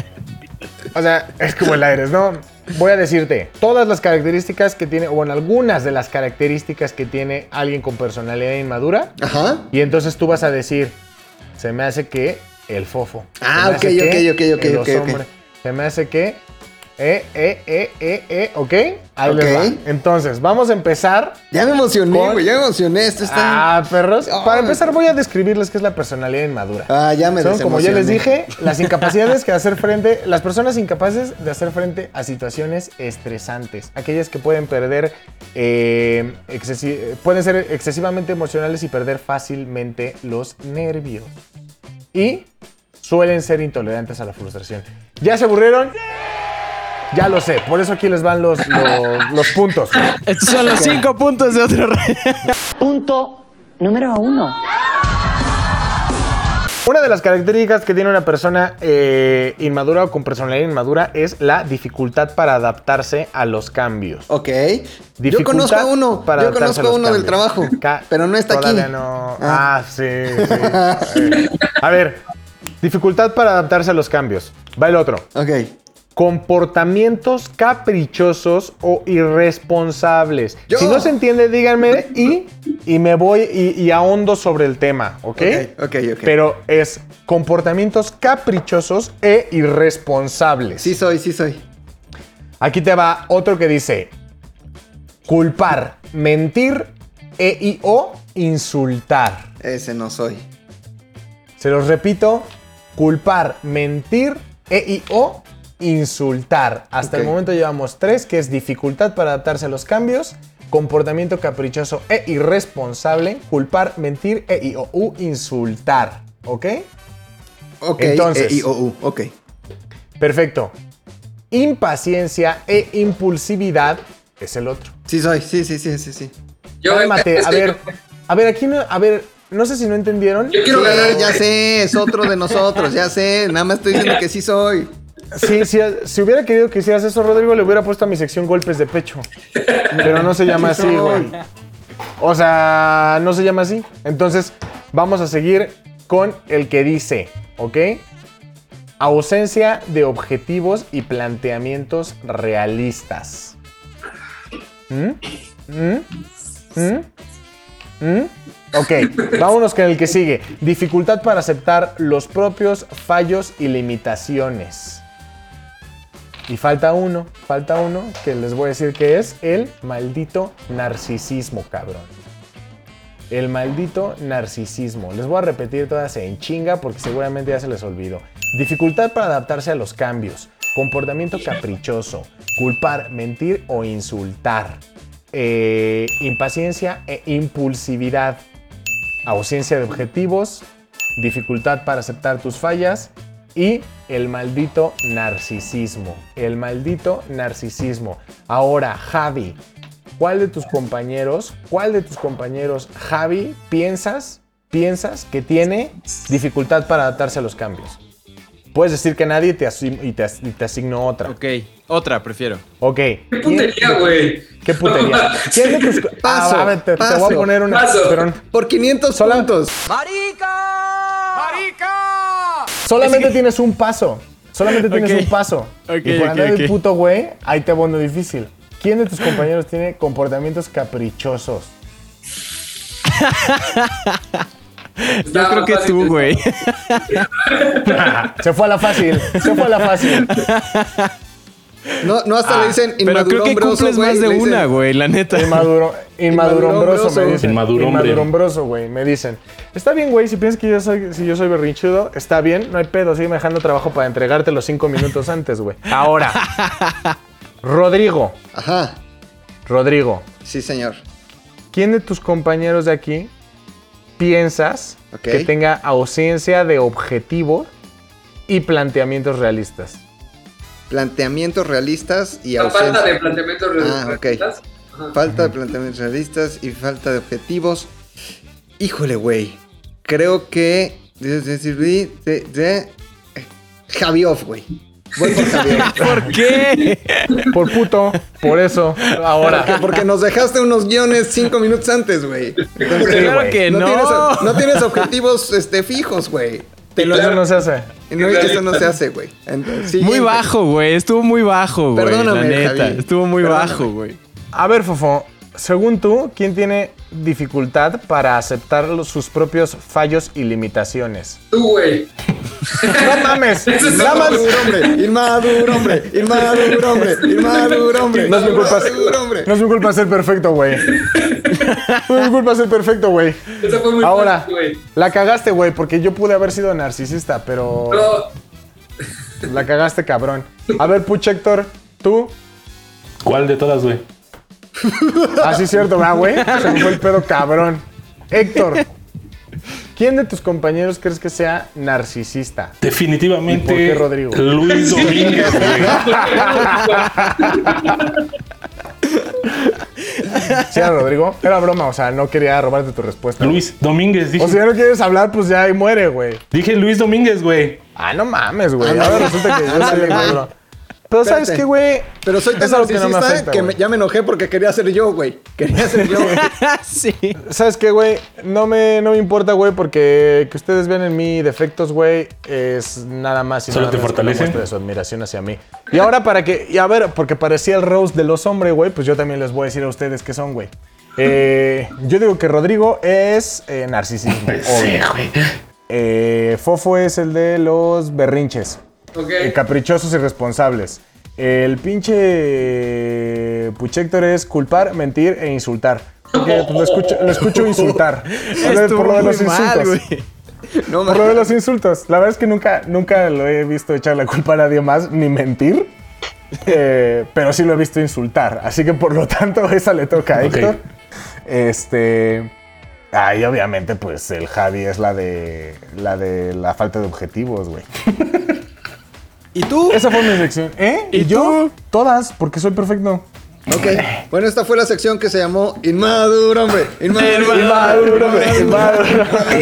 O sea, es como el Eres, ¿no? Voy a decirte todas las características que tiene, o bueno, algunas de las características que tiene alguien con personalidad inmadura. Ajá. Y entonces tú vas a decir, se me hace que el fofo. Ah, ok, ok, ok, ok, ok, ok. Se me hace que... Eh, eh, eh, eh, eh, ¿ok? Ahí Ok. les va. Entonces, vamos a empezar. Ya me emocioné, con- güey, ya me emocioné. Esto está... Ah, perros. Ay. Para empezar, voy a describirles qué es la personalidad inmadura. Ah, ya me Son, como ya les desemocioné. dije, las incapacidades que hacer frente, las personas incapaces de hacer frente a situaciones estresantes, aquellas que pueden perder, eh, excesi- pueden ser excesivamente emocionales y perder fácilmente los nervios. Y suelen ser intolerantes a la frustración. ¿Ya se aburrieron? Ya lo sé, por eso aquí les van los, los, los puntos. Estos son los cinco puntos de otro rey. Punto número uno. Una de las características que tiene una persona eh, inmadura o con personalidad inmadura es la dificultad para adaptarse a los cambios. Ok. Yo Dificultad conozco a uno. para Yo adaptarse conozco a los uno del cambios. trabajo. Ca- Pero no está aquí. Todavía no. Ah. Ah, sí, sí. Eh, A ver, dificultad para adaptarse a los cambios. Va el otro. Ok. Comportamientos caprichosos o irresponsables. Yo. Si no se entiende, díganme y, y me voy y, y ahondo sobre el tema, ¿ok? Ok, ok, ok. Pero es comportamientos caprichosos e irresponsables. Sí soy, sí soy. Aquí te va otro que dice culpar, mentir e y o insultar. Ese no soy. Se los repito, culpar, mentir e y o insultar. Hasta Ok. el momento llevamos tres, que es dificultad para adaptarse a los cambios, comportamiento caprichoso e irresponsable, culpar, mentir e y o u insultar. ¿Ok? Ok. Entonces. E, I, O, U. Ok. Perfecto. Impaciencia e impulsividad es el otro. Sí soy, sí, sí, sí, sí, sí. Yo, Cálmate, es a que ver, yo- a ver, aquí no, a ver, no sé si no entendieron. Yo quiero Sí, ganar. ya sé, es otro de nosotros, ya sé. Nada más estoy diciendo que sí soy. Sí, sí, si hubiera querido que hicieras eso, Rodrigo, le hubiera puesto a mi sección golpes de pecho. Pero no se llama así, güey. O sea, no se llama así. Entonces, vamos a seguir con el que dice, ¿ok? Ausencia de objetivos y planteamientos realistas. ¿Mm? ¿Mm? ¿Mm? ¿Mm? Ok, vámonos con el que sigue. Dificultad para aceptar los propios fallos y limitaciones. Y falta uno, falta uno que les voy a decir que es el maldito narcisismo, cabrón. El maldito narcisismo. Les voy a repetir todas en chinga porque seguramente ya se les olvidó. Dificultad para adaptarse a los cambios. Comportamiento caprichoso. Culpar, mentir o insultar. Eh, impaciencia e impulsividad. Ausencia de objetivos. Dificultad para aceptar tus fallas. Y el maldito narcisismo. El maldito narcisismo. Ahora, Javi, ¿cuál de tus compañeros, cuál de tus compañeros, Javi, piensas, piensas que tiene dificultad para adaptarse a los cambios? Puedes decir que nadie te asign- y, te as- y te asigno otra. Ok, otra prefiero. Ok. ¿Qué putería, güey? ¿Qué putería? ¿Quién de tus... Paso, Ah, a ver, te, te paso, voy a poner una... paso. pero- Por quinientos Sola- puntos. Solamente tienes un paso. Solamente tienes Ok. un paso. Ok, y por ok, andar ok. de puto güey, ahí te pondo difícil. ¿Quién de tus compañeros tiene comportamientos caprichosos? Yo creo que tú, güey. Se fue a la fácil. Se fue a la fácil. No, no hasta le dicen Pero creo que inmadurombroso, cumples güey, más de le dicen- una, güey, la neta. Inmaduro, inmadurombroso me dicen. Inmadurombre. Inmadurombroso, güey, me dicen. Está bien, güey, si piensas que yo soy, si yo soy berrinchudo, está bien, no hay pedo, sígueme dejando trabajo para entregarte los cinco minutos antes, güey. Ahora, Rodrigo, Ajá, Rodrigo, sí, señor. ¿quién de tus compañeros de aquí piensas Ok. que tenga ausencia de objetivo y planteamientos realistas? Planteamientos realistas y La ausencia. falta de planteamientos Ah, ok. realistas. Ajá. Falta de planteamientos realistas y falta de objetivos. Híjole, güey. Creo que... De, de, de, de, de- Javioff, güey. Voy por Javioff. ¿Por qué? Por puto, por eso, ahora. Porque, porque nos dejaste unos guiones cinco minutos antes, güey. Entonces, Sí, Claro güey. que no. Tienes, no tienes objetivos este, fijos, güey. Te lo- Eso no se hace. no, eso no se hace, güey. Entonces, Muy siguiente. bajo, güey. Estuvo muy bajo, güey. Perdóname, La neta. Javi. Estuvo muy Perdóname. bajo, güey. A ver, Fofo, según tú, ¿quién tiene dificultad para aceptar los- sus propios fallos y limitaciones? Tú, güey. ¡No mames! Eso es ¡Nada más! Inmaduro, hombre. Inmaduro, hombre. Inmaduro, hombre. Inmaduro, hombre. No es mi culpa, Inmaduro, hombre. no es mi culpa ser perfecto, güey. No es mi culpa ser perfecto, güey. Eso fue muy Ahora, fácil, güey. la cagaste, güey, porque yo pude haber sido narcisista, pero No, la cagaste, cabrón. A ver, Puch Héctor, ¿tú? ¿Cuál de todas, güey? Ah, sí, cierto, ¿verdad, güey? Se me fue el pedo, cabrón. Héctor, ¿quién de tus compañeros crees que sea narcisista? Definitivamente. ¿Y por qué Rodrigo? Luis Domínguez, güey. ¿Sí era Rodrigo? Era broma, o sea, no quería robarte tu respuesta. Luis Domínguez, dije. O si ya no quieres hablar, pues ya ahí muere, güey. Dije Luis Domínguez, güey. Ah, no mames, güey. Ándale. Ahora resulta que yo soy Ándale, el güey. maduro. Pero ¿sabes Espérate. qué, güey? Pero soy tan Es algo que no me narcisista que, afecta, me- güey. ya me enojé porque quería ser yo, güey. Quería ser yo. Sí. ¿Sabes qué, güey? No me, no me importa, güey, porque que ustedes vean en mí defectos, güey, es nada más y ¿Solo nada te menos que una fortalece? muestra de su admiración hacia mí. Y ahora para que... Y a ver, porque parecía el roast de los hombres, güey, pues yo también les voy a decir a ustedes qué son, güey. Eh, yo digo que Rodrigo es eh, narcisismo, obvio. Eh, Fofo es el de los berrinches. ok. Eh, caprichosos y responsables. El pinche Puchector es culpar, mentir e insultar. Porque pues, lo, escucho, lo escucho insultar. Por lo- Estuvo por lo de los muy mal, insultos. güey. No, Por lo de mames. los insultos. La verdad es que nunca, nunca lo he visto echar la culpa a nadie más ni mentir. Eh, pero sí lo he visto insultar. Así que por lo tanto, esa le toca a Ok. Héctor. Este. Ahí obviamente, pues el Javi es la de. la de la falta de objetivos, güey. ¿Y tú? Esa fue mi sección. ¿Eh? ¿Y yo? Todas, porque soy perfecto. Ok. Bueno, esta fue la sección que se llamó Inmaduro, hombre. Inmaduro. Inmaduro, güey, inmaduro.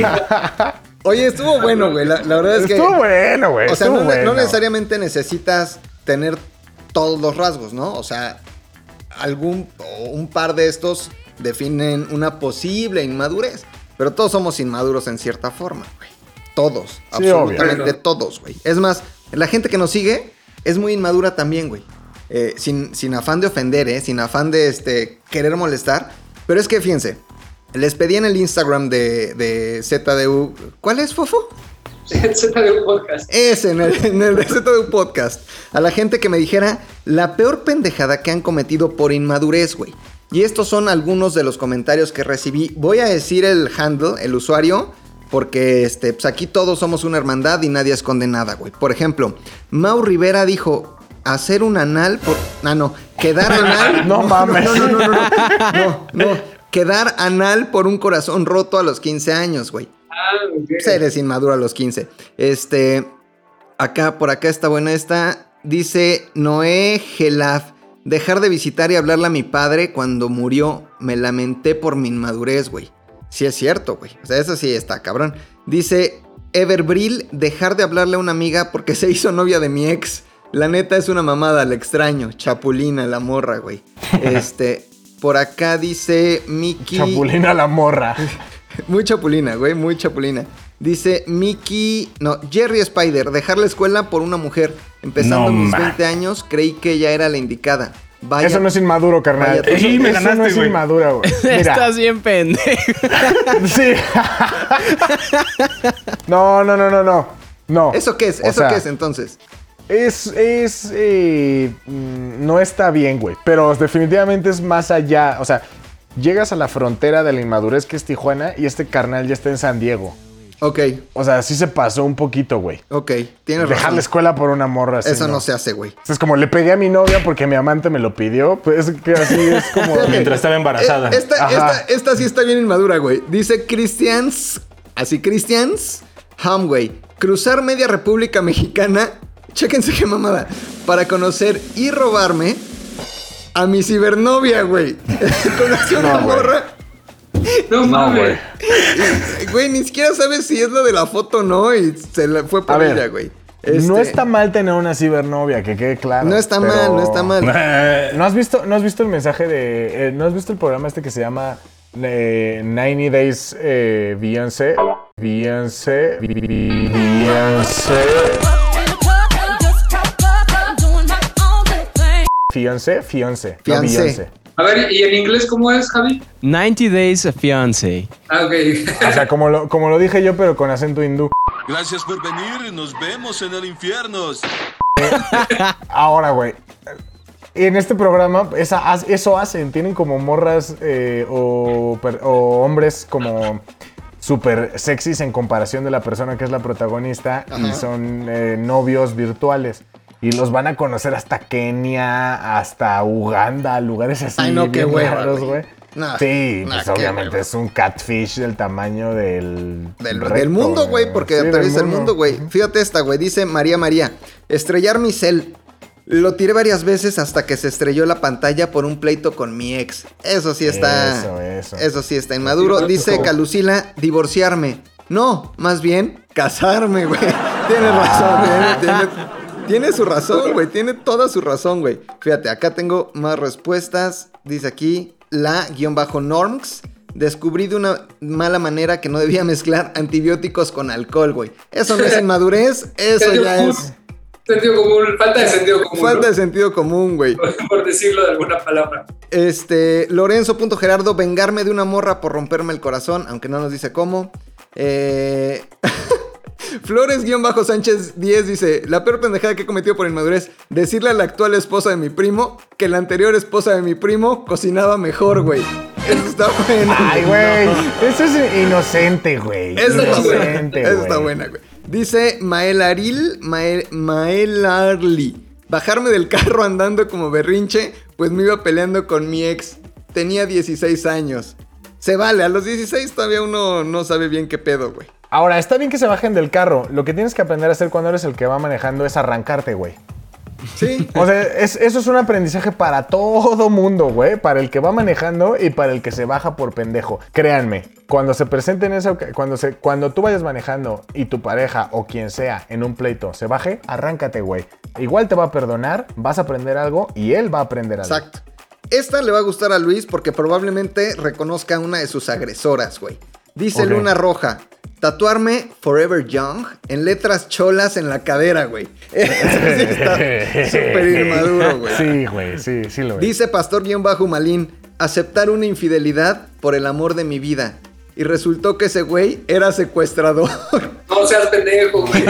Oye, estuvo bueno, güey. La, la verdad es que... Estuvo bueno, güey. O sea, estuvo no, ne- no bueno. necesariamente necesitas tener todos los rasgos, ¿no? O sea, algún o un par de estos definen una posible inmadurez. Pero todos somos inmaduros en cierta forma, güey. Todos. Sí, absolutamente obvio. todos, güey. Es más, la gente que nos sigue es muy inmadura también, güey. Eh, sin, sin afán de ofender, ¿eh? Sin afán de este, querer molestar. Pero es que, fíjense, les pedí en el Instagram de, de Z D U... ¿Cuál es, Fofo? Z de un podcast. Es en el, en el de Z D U Podcast. A la gente que me dijera la peor pendejada que han cometido por inmadurez, güey. Y estos son algunos de los comentarios que recibí. Voy a decir el handle, el usuario, porque este, pues aquí todos somos una hermandad y nadie esconde nada, güey. Por ejemplo, Mau Rivera dijo, hacer un anal por... Ah, no, quedar anal... No mames. No, no, no, no, no, no, no. Quedar anal por un corazón roto a los quince años, güey. Ah, ok. Pues eres inmaduro a los quince. Este, acá, por acá está buena esta. Dice Noé Gelaf. dejar de visitar y hablarle a mi padre cuando murió. Me lamenté por mi inmadurez, güey. Sí es cierto, güey. O sea, eso sí está cabrón. Dice Everbril, dejar de hablarle a una amiga porque se hizo novia de mi ex. La neta es una mamada, la extraño. Chapulina, la morra, güey. Este, por acá dice Miki. Chapulina la morra. Muy chapulina, güey, muy chapulina. Dice Miki, no, Jerry Spider, dejar la escuela por una mujer. Empezando No, mis ma. veinte años, creí que ella era la indicada. Vaya, Eso no es inmaduro, carnal. Vaya, Eso, sí, me eso ganaste, no es güey. inmadura, güey. Mira. Estás bien pendejo. Sí. No, no, no, no, no. No. ¿Eso qué es? O ¿Eso sea, qué es entonces? Es, es, eh, mm, no está bien, güey. Pero definitivamente es más allá. O sea, llegas a la frontera de la inmadurez que es Tijuana y este carnal ya está en San Diego. Ok, O sea, sí se pasó un poquito, güey. ok, tienes Dejar razón. la escuela por una morra así. Eso no se hace, güey. Es como le pegué a mi novia porque mi amante me lo pidió. Pues es que así es como. Mientras estaba embarazada. Eh, Esta, Ajá. esta, esta sí está bien inmadura, güey. Dice Christians, así Christians, Ham, güey. Cruzar media República Mexicana, chéquense qué mamada, para conocer y robarme a mi cibernovia, güey. Conocí a una No, güey. morra. No No, mames. güey. y, Güey, ni siquiera sabes si es la de la foto o no. Y se le fue por A ver, ella, güey. No Este, está mal tener una cibernovia, que quede claro. No está pero- mal, no está mal. ¿No has visto, no has visto el mensaje de... eh, ¿No has visto el programa este que se llama eh, noventa Days eh, Beyoncé? Beyoncé... Beyoncé... Fiancé, fiancé. No, Fiancé. Beyoncé. A ver, ¿y en inglés cómo es, Javi? ninety Days of Fiancé. Ah, ok. O sea, como lo, como lo dije yo, pero con acento hindú. Gracias por venir. Nos vemos en el infierno. Ahora, güey. En este programa, esa, eso hacen. Tienen como morras eh, o, per- o hombres como súper sexys en comparación de la persona que es la protagonista. Y son eh, novios virtuales. Y los van a conocer hasta Kenia, hasta Uganda, lugares así. Ay, no, qué bien hueva, raros, güey. güey. No, sí, no, pues qué obviamente hueva. es un catfish del tamaño del... Del, recto, del mundo, güey, porque Sí, del atraviesa el mundo, güey. Fíjate esta, güey. Dice María María. Estrellar mi cel. Lo tiré varias veces hasta que se estrelló la pantalla por un pleito con mi ex. Eso sí está... Eso, eso. Eso sí está inmaduro. Dice Calucila, divorciarme. No, más bien, casarme, güey. Tienes razón, tiene, tiene- tiene su razón, güey. Tiene toda su razón, güey. Fíjate, acá tengo más respuestas. Dice aquí, la guión bajo norms. Descubrí de una mala manera que no debía mezclar antibióticos con alcohol, güey. Eso no es inmadurez, eso Sentido ya común. es Sentido común, falta de sentido común. falta ¿no? de sentido común, güey. Por decirlo de alguna palabra. Este, Lorenzo.Gerardo, vengarme de una morra por romperme el corazón, aunque no nos dice cómo. Eh... Flores-Sánchez diez dice, la peor pendejada que he cometido por inmadurez, decirle a la actual esposa de mi primo que la anterior esposa de mi primo cocinaba mejor, güey. Eso está bueno. Ay, güey. Eso es inocente, güey. Eso está buena. Inocente, Eso güey. está buena, güey. Dice Maelaril, Mae- Maelarli. Bajarme del carro andando como berrinche, pues me iba peleando con mi ex. Tenía dieciséis años. Se vale, a los dieciséis todavía uno no sabe bien qué pedo, güey. Ahora, está bien que se bajen del carro. Lo que tienes que aprender a hacer cuando eres el que va manejando es arrancarte, güey. Sí. O sea, es- eso es un aprendizaje para todo mundo, güey. Para el que va manejando y para el que se baja por pendejo. Créanme, cuando se presenten eso, cuando, se, cuando tú vayas manejando y tu pareja o quien sea en un pleito se baje, arráncate, güey. Igual te va a perdonar, vas a aprender algo y él va a aprender algo. Exacto. Esta le va a gustar a Luis porque probablemente reconozca a una de sus agresoras, güey. Dice Ok. Luna Roja, tatuarme Forever Young en letras cholas en la cadera, güey. Eso sí está súper inmaduro, güey. Sí, güey, sí, sí lo es. Dice Pastor-Malín, aceptar una infidelidad por el amor de mi vida. Y resultó que ese güey era secuestrador. No seas pendejo, güey.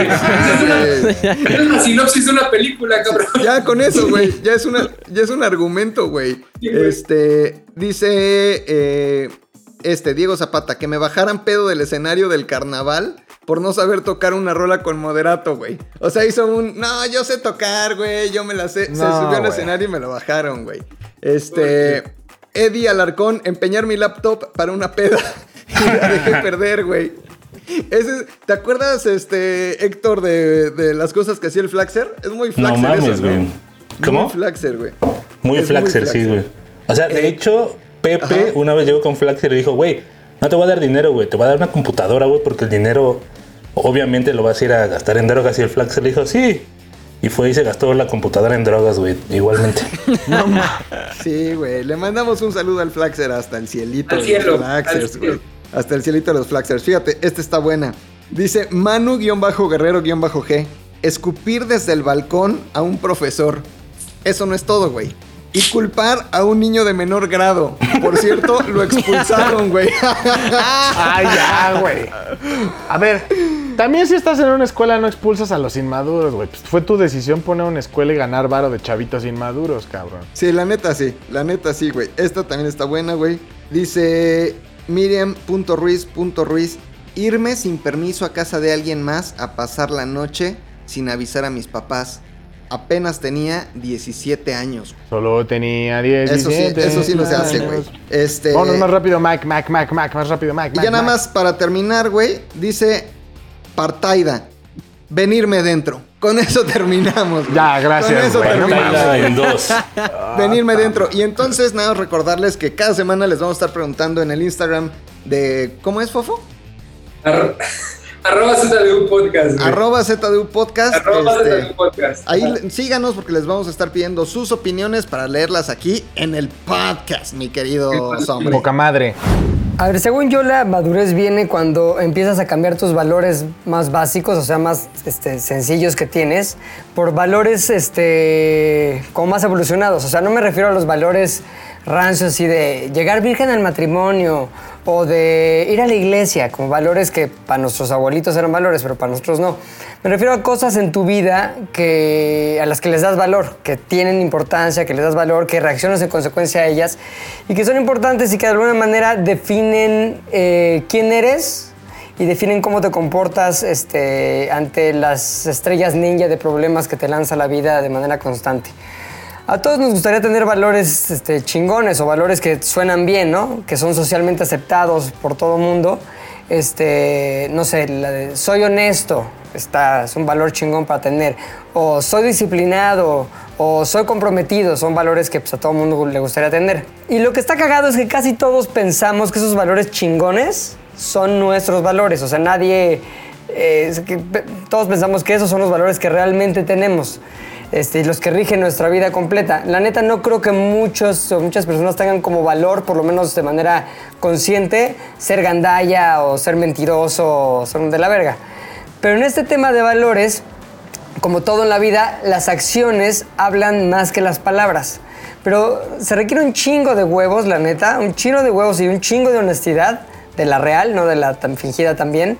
Es la sinopsis de una película, cabrón. Ya con eso, güey. Ya es una, ya es un argumento, güey. Sí, güey. Este, dice eh, este, Diego Zapata, que me bajaran pedo del escenario del carnaval por no saber tocar una rola con moderato, güey. O sea, hizo un, no, yo sé tocar, güey, yo me la sé. Se No, subió al güey. escenario y me lo bajaron, güey. Este, Eddie Alarcón, empeñar mi laptop para una peda y la dejé perder, güey. Ese, ¿te acuerdas, este, Héctor, de, de las cosas que hacía el Flaxer? Es muy No Flaxer mames, eso, ¿no? güey. ¿Cómo? Muy Flaxer, güey. Muy Es Flaxer, muy sí, Flaxer. güey. O sea, de Eh, hecho, Pepe ajá. una vez llegó con Flaxer y le dijo, güey, no te voy a dar dinero, güey, te voy a dar una computadora, güey, porque el dinero obviamente lo vas a ir a gastar en drogas. Y el Flaxer le dijo, sí. Y fue y se gastó la computadora en drogas, güey, igualmente. No ma- Sí, güey. Le mandamos un saludo al Flaxer hasta el cielito Al de cielo, los Flaxers, al güey. cielo. Hasta el cielito de los Flaxers. Fíjate, esta está buena. Dice Manu-Guerrero-G. Escupir desde el balcón a un profesor. Eso no es todo, güey. Y culpar a un niño de menor grado. Por cierto, lo expulsaron, güey. Ay, ya, güey. A ver, también si estás en una escuela no expulsas a los inmaduros, güey. Pues fue tu decisión poner una escuela y ganar varo de chavitos inmaduros, cabrón. Sí, la neta sí. La neta sí, güey. Esta también está buena, güey. Dice Miriam.ruiz.ruiz. Irme sin permiso a casa de alguien más a pasar la noche sin avisar a mis papás. Apenas tenía diecisiete años. Solo tenía diecisiete. Eso sí, eso sí no se hace, güey. Este, Vámonos más rápido, Mac, Mac, Mac, Mac, más rápido, Mac, y Mac, ya nada Mac. más para terminar, güey, dice Partaida, venirme dentro. Con eso terminamos, güey. Ya, gracias, Con eso güey, no terminamos. Partaida en dos. Venirme dentro. Y entonces, nada más recordarles que cada semana les vamos a estar preguntando en el Instagram de... ¿Cómo es, Fofo? Ar- Arroba Z D U Podcast. güey. Arroba Z D U Podcast. Arroba este, Z D U Podcast. Ahí le- síganos porque les vamos a estar pidiendo sus opiniones para leerlas aquí en el podcast, mi querido hombre. Poca madre. A ver, según yo, la madurez viene cuando empiezas a cambiar tus valores más básicos, o sea, más este, sencillos que tienes, por valores este, como más evolucionados. O sea, no me refiero a los valores rancios así de llegar virgen al matrimonio o de ir a la iglesia, como valores que para nuestros abuelitos eran valores, pero para nosotros no. Me refiero a cosas en tu vida que, a las que les das valor, que tienen importancia, que les das valor, que reaccionas en consecuencia a ellas y que son importantes y que de alguna manera definen eh, quién eres y definen cómo te comportas este, ante las estrellas ninja de problemas que te lanza la vida de manera constante. A todos nos gustaría tener valores este, chingones o valores que suenan bien, ¿no? Que son socialmente aceptados por todo el mundo. Este, no sé, la de, soy honesto, está, es un valor chingón para tener. O soy disciplinado, o soy comprometido, son valores que pues, a todo el mundo le gustaría tener. Y lo que está cagado es que casi todos pensamos que esos valores chingones son nuestros valores. O sea, nadie... Eh, es que pe- todos pensamos que esos son los valores que realmente tenemos. Este, y los que rigen nuestra vida completa. La neta, no creo que muchos o muchas personas tengan como valor, por lo menos de manera consciente, ser gandalla o ser mentiroso o ser un de la verga. Pero en este tema de valores, como todo en la vida, las acciones hablan más que las palabras. Pero se requiere un chingo de huevos, la neta, un chingo de huevos y un chingo de honestidad, de la real, no de la tan fingida también.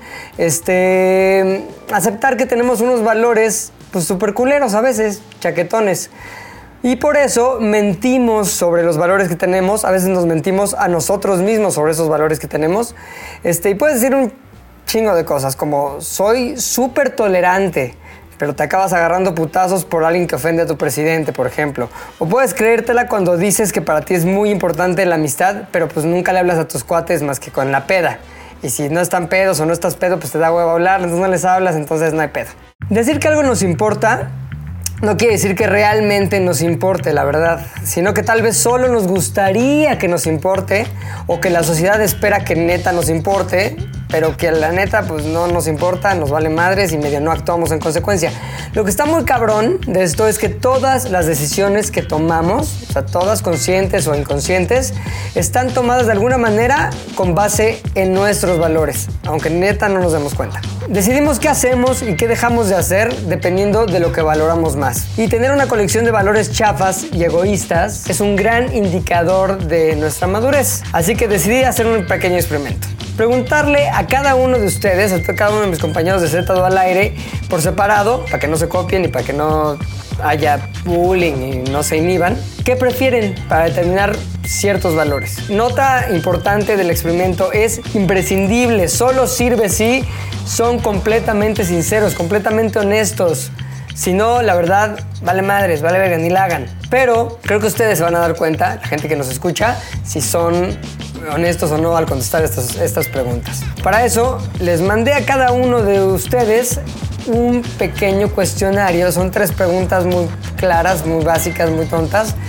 Este, aceptar que tenemos unos valores pues súper culeros a veces, chaquetones. Y por eso mentimos sobre los valores que tenemos, a veces nos mentimos a nosotros mismos sobre esos valores que tenemos. Este, y puedes decir un chingo de cosas, como soy súper tolerante, pero te acabas agarrando putazos por alguien que ofende a tu presidente, por ejemplo. O puedes creértela cuando dices que para ti es muy importante la amistad, pero pues nunca le hablas a tus cuates más que con la peda. Y si no están pedos o no estás pedo, pues te da huevo hablar, entonces no les hablas, entonces no hay pedo. Decir que algo nos importa no quiere decir que realmente nos importe, la verdad, sino que tal vez solo nos gustaría que nos importe o que la sociedad espera que neta nos importe, pero que la neta pues no nos importa, nos vale madres y medio no actuamos en consecuencia. Lo que está muy cabrón de esto es que todas las decisiones que tomamos, o sea, todas conscientes o inconscientes, están tomadas de alguna manera con base en nuestros valores, aunque neta no nos demos cuenta. Decidimos qué hacemos y qué dejamos de hacer dependiendo de lo que valoramos más. Y tener una colección de valores chafas y egoístas es un gran indicador de nuestra madurez. Así que decidí hacer un pequeño experimento. Preguntarle a cada uno de ustedes, a cada uno de mis compañeros de Z dos al aire, por separado, para que no se copien y para que no haya bullying y no se inhiban, ¿qué prefieren para determinar ciertos valores? Nota importante del experimento, es imprescindible, solo sirve si son completamente sinceros, completamente honestos. Si no, la verdad, vale madres, vale verga, ni la hagan. Pero creo que ustedes se van a dar cuenta, la gente que nos escucha, si son honestos o no al contestar estas, estas preguntas. Para eso, les mandé a cada uno de ustedes un pequeño cuestionario. Son tres preguntas muy claras, muy básicas, muy tontas.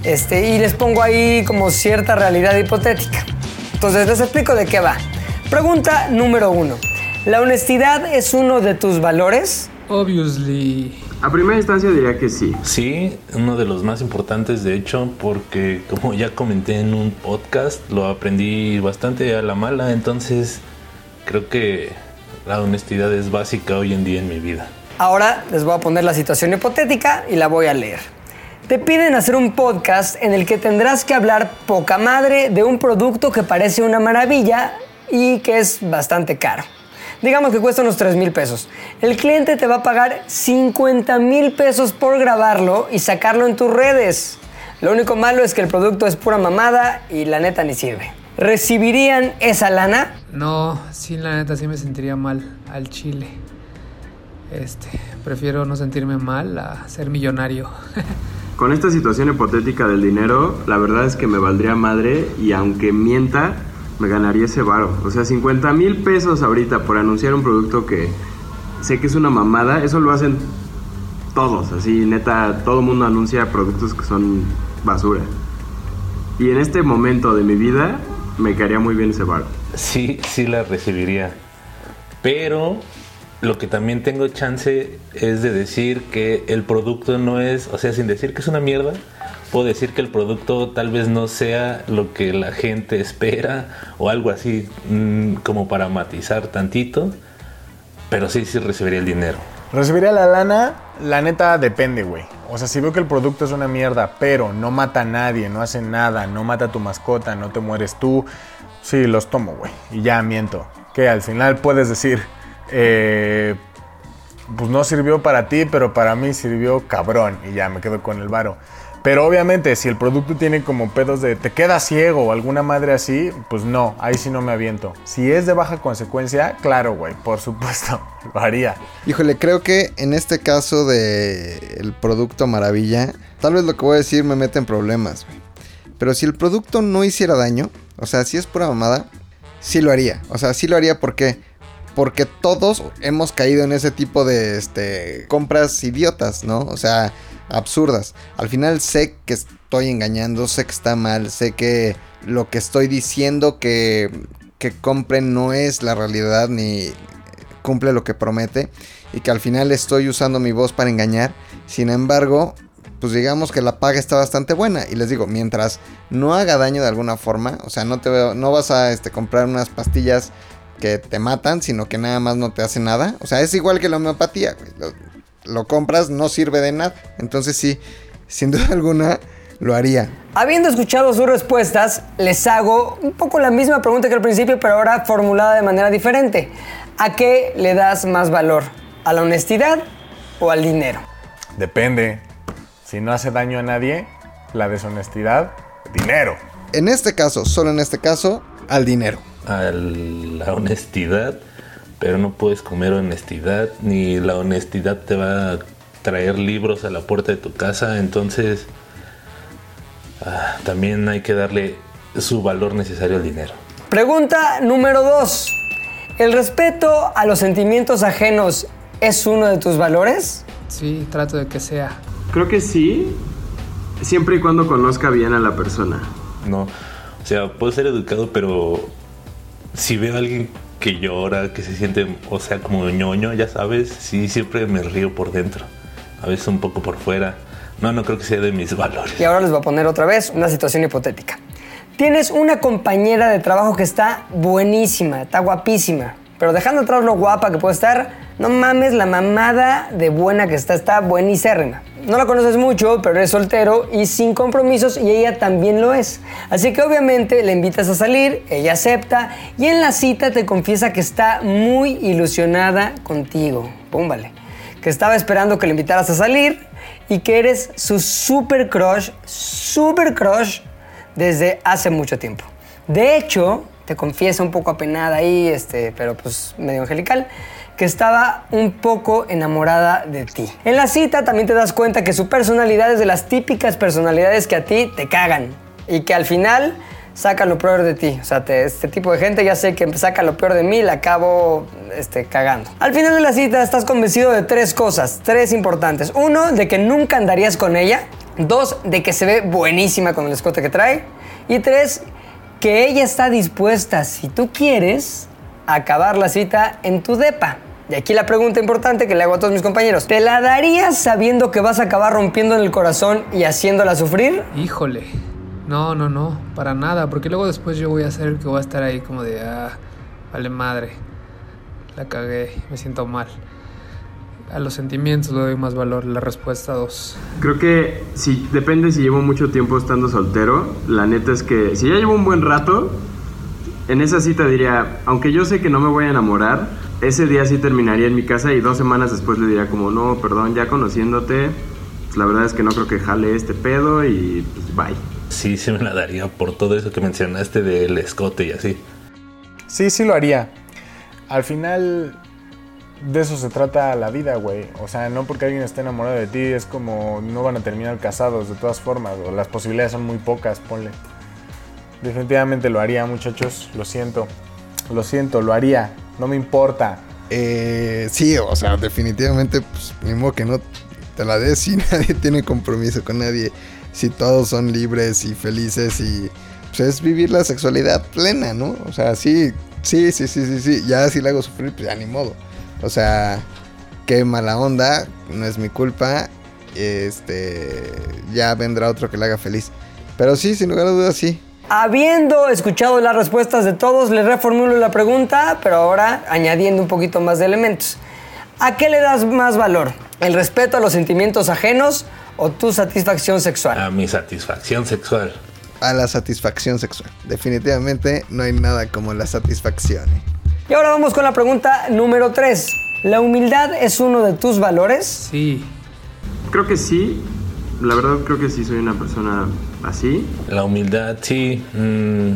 Este, y les pongo ahí como cierta realidad hipotética. Entonces les explico de qué va. Pregunta número uno. ¿La honestidad es uno de tus valores? Obviously. A primera instancia diría que sí. Sí, uno de los más importantes de hecho, porque como ya comenté en un podcast, lo aprendí bastante a la mala, entonces creo que la honestidad es básica hoy en día en mi vida. Ahora les voy a poner la situación hipotética y la voy a leer. Te piden hacer un podcast en el que tendrás que hablar poca madre de un producto que parece una maravilla y que es bastante caro. Digamos que cuesta unos tres mil pesos. El cliente te va a pagar cincuenta mil pesos por grabarlo y sacarlo en tus redes. Lo único malo es que el producto es pura mamada y la neta ni sirve. ¿Recibirían esa lana? No, sí, la neta sí me sentiría mal al chile. Este, prefiero no sentirme mal a ser millonario. Con esta situación hipotética del dinero, la verdad es que me valdría madre y aunque mienta, me ganaría ese varo. O sea, cincuenta mil pesos ahorita por anunciar un producto que sé que es una mamada, eso lo hacen todos, así neta, todo el mundo anuncia productos que son basura. Y en este momento de mi vida, me caería muy bien ese varo. Sí, sí la recibiría, pero lo que también tengo chance es de decir que el producto no es, o sea, sin decir que es una mierda, puedo decir que el producto tal vez no sea lo que la gente espera o algo así, mmm, como para matizar tantito, pero sí, sí recibiría el dinero. ¿Recibiría la lana? La neta depende, güey. O sea, si veo que el producto es una mierda, pero no mata a nadie, no hace nada, no mata a tu mascota, no te mueres tú, sí, los tomo, güey. Y ya miento. Que al final puedes decir, eh, pues no sirvió para ti, pero para mí sirvió cabrón. Y ya me quedo con el varo. Pero obviamente, si el producto tiene como pedos de te quedas ciego o alguna madre así, pues no, ahí sí no me aviento. Si es de baja consecuencia, claro, güey, por supuesto, lo haría. Híjole, creo que en este caso de el producto maravilla, tal vez lo que voy a decir me mete en problemas, güey. Pero si el producto no hiciera daño, o sea, si es pura mamada, sí lo haría. O sea, sí lo haría, ¿por qué? Porque todos hemos caído en ese tipo de este, compras idiotas, ¿no? O sea, absurdas. Al final sé que estoy engañando, sé que está mal, sé que lo que estoy diciendo que, que compren no es la realidad ni cumple lo que promete y que al final estoy usando mi voz para engañar. Sin embargo, pues digamos que la paga está bastante buena y les digo, mientras no haga daño de alguna forma, o sea, no te veo, no vas a este, comprar unas pastillas que te matan, sino que nada más no te hace nada. O sea, es igual que la homeopatía, güey. Lo, lo compras, no sirve de nada. Entonces sí, sin duda alguna, lo haría. Habiendo escuchado sus respuestas, les hago un poco la misma pregunta que al principio, pero ahora formulada de manera diferente. ¿A qué le das más valor? ¿A la honestidad o al dinero? Depende. Si no hace daño a nadie, la deshonestidad, dinero. En este caso, solo en este caso, al dinero. A la honestidad, pero no puedes comer honestidad, ni la honestidad te va a traer libros a la puerta de tu casa, entonces ah, también hay que darle su valor necesario al dinero. Pregunta número dos. ¿El respeto a los sentimientos ajenos es uno de tus valores? Sí, trato de que sea. Creo que sí, siempre y cuando conozca bien a la persona. No, o sea, puedo ser educado, pero si veo a alguien que llora, que se siente, o sea, como ñoño, ya sabes, sí, siempre me río por dentro. A veces un poco por fuera. No, no creo que sea de mis valores. Y ahora les voy a poner otra vez una situación hipotética. Tienes una compañera de trabajo que está buenísima, está guapísima. Pero dejando atrás lo guapa que puede estar, no mames la mamada de buena que está, está buenísima. No la conoces mucho, pero eres soltero y sin compromisos y ella también lo es. Así que obviamente le invitas a salir, ella acepta y en la cita te confiesa que está muy ilusionada contigo. Púmbale. Que estaba esperando que le invitaras a salir y que eres su super crush, super crush desde hace mucho tiempo. De hecho, te confiesa un poco apenada ahí, este, pero pues medio angelical, que estaba un poco enamorada de ti. En la cita también te das cuenta que su personalidad es de las típicas personalidades que a ti te cagan y que al final saca lo peor de ti. O sea, te, este tipo de gente ya sé que saca lo peor de mí y la acabo este, cagando. Al final de la cita estás convencido de tres cosas, tres importantes. Uno, de que nunca andarías con ella. Dos, de que se ve buenísima con el escote que trae. Y tres, que ella está dispuesta, si tú quieres, a acabar la cita en tu depa. Y aquí la pregunta importante que le hago a todos mis compañeros. ¿Te la darías sabiendo que vas a acabar rompiendo en el corazón y haciéndola sufrir? Híjole. No, no, no. Para nada. Porque luego después yo voy a ser el que voy a estar ahí como de... Ah, vale madre. La cagué. Me siento mal. A los sentimientos le doy más valor. La respuesta dos. Creo que si, depende si llevo mucho tiempo estando soltero. La neta es que si ya llevo un buen rato, en esa cita diría, aunque yo sé que no me voy a enamorar, ese día sí terminaría en mi casa y dos semanas después le diría como, no, perdón, ya conociéndote, pues la verdad es que no creo que jale este pedo y pues bye. Sí, sí me la daría por todo eso que mencionaste del escote y así. Sí, sí lo haría. Al final... de eso se trata la vida, güey. O sea, no porque alguien esté enamorado de ti es como no van a terminar casados de todas formas. O las posibilidades son muy pocas, ponle. Definitivamente lo haría, muchachos. Lo siento. Lo siento, lo haría. No me importa. Eh, sí, o sea, definitivamente, pues, mismo que no te la des si nadie tiene compromiso con nadie. Si todos son libres y felices y... pues es vivir la sexualidad plena, ¿no? O sea, sí, sí, sí, sí, sí, sí. Ya si la hago sufrir, pues ya ni modo. O sea, qué mala onda, no es mi culpa, este, ya vendrá otro que le haga feliz. Pero sí, sin lugar a dudas, sí. Habiendo escuchado las respuestas de todos, les reformulo la pregunta, pero ahora añadiendo un poquito más de elementos. ¿A qué le das más valor? ¿El respeto a los sentimientos ajenos o tu satisfacción sexual? A mi satisfacción sexual. A la satisfacción sexual. Definitivamente no hay nada como la satisfacción, ¿eh? Y ahora vamos con la pregunta número tres. ¿La humildad es uno de tus valores? Sí. Creo que sí. La verdad creo que sí soy una persona así. La humildad, sí. Mm,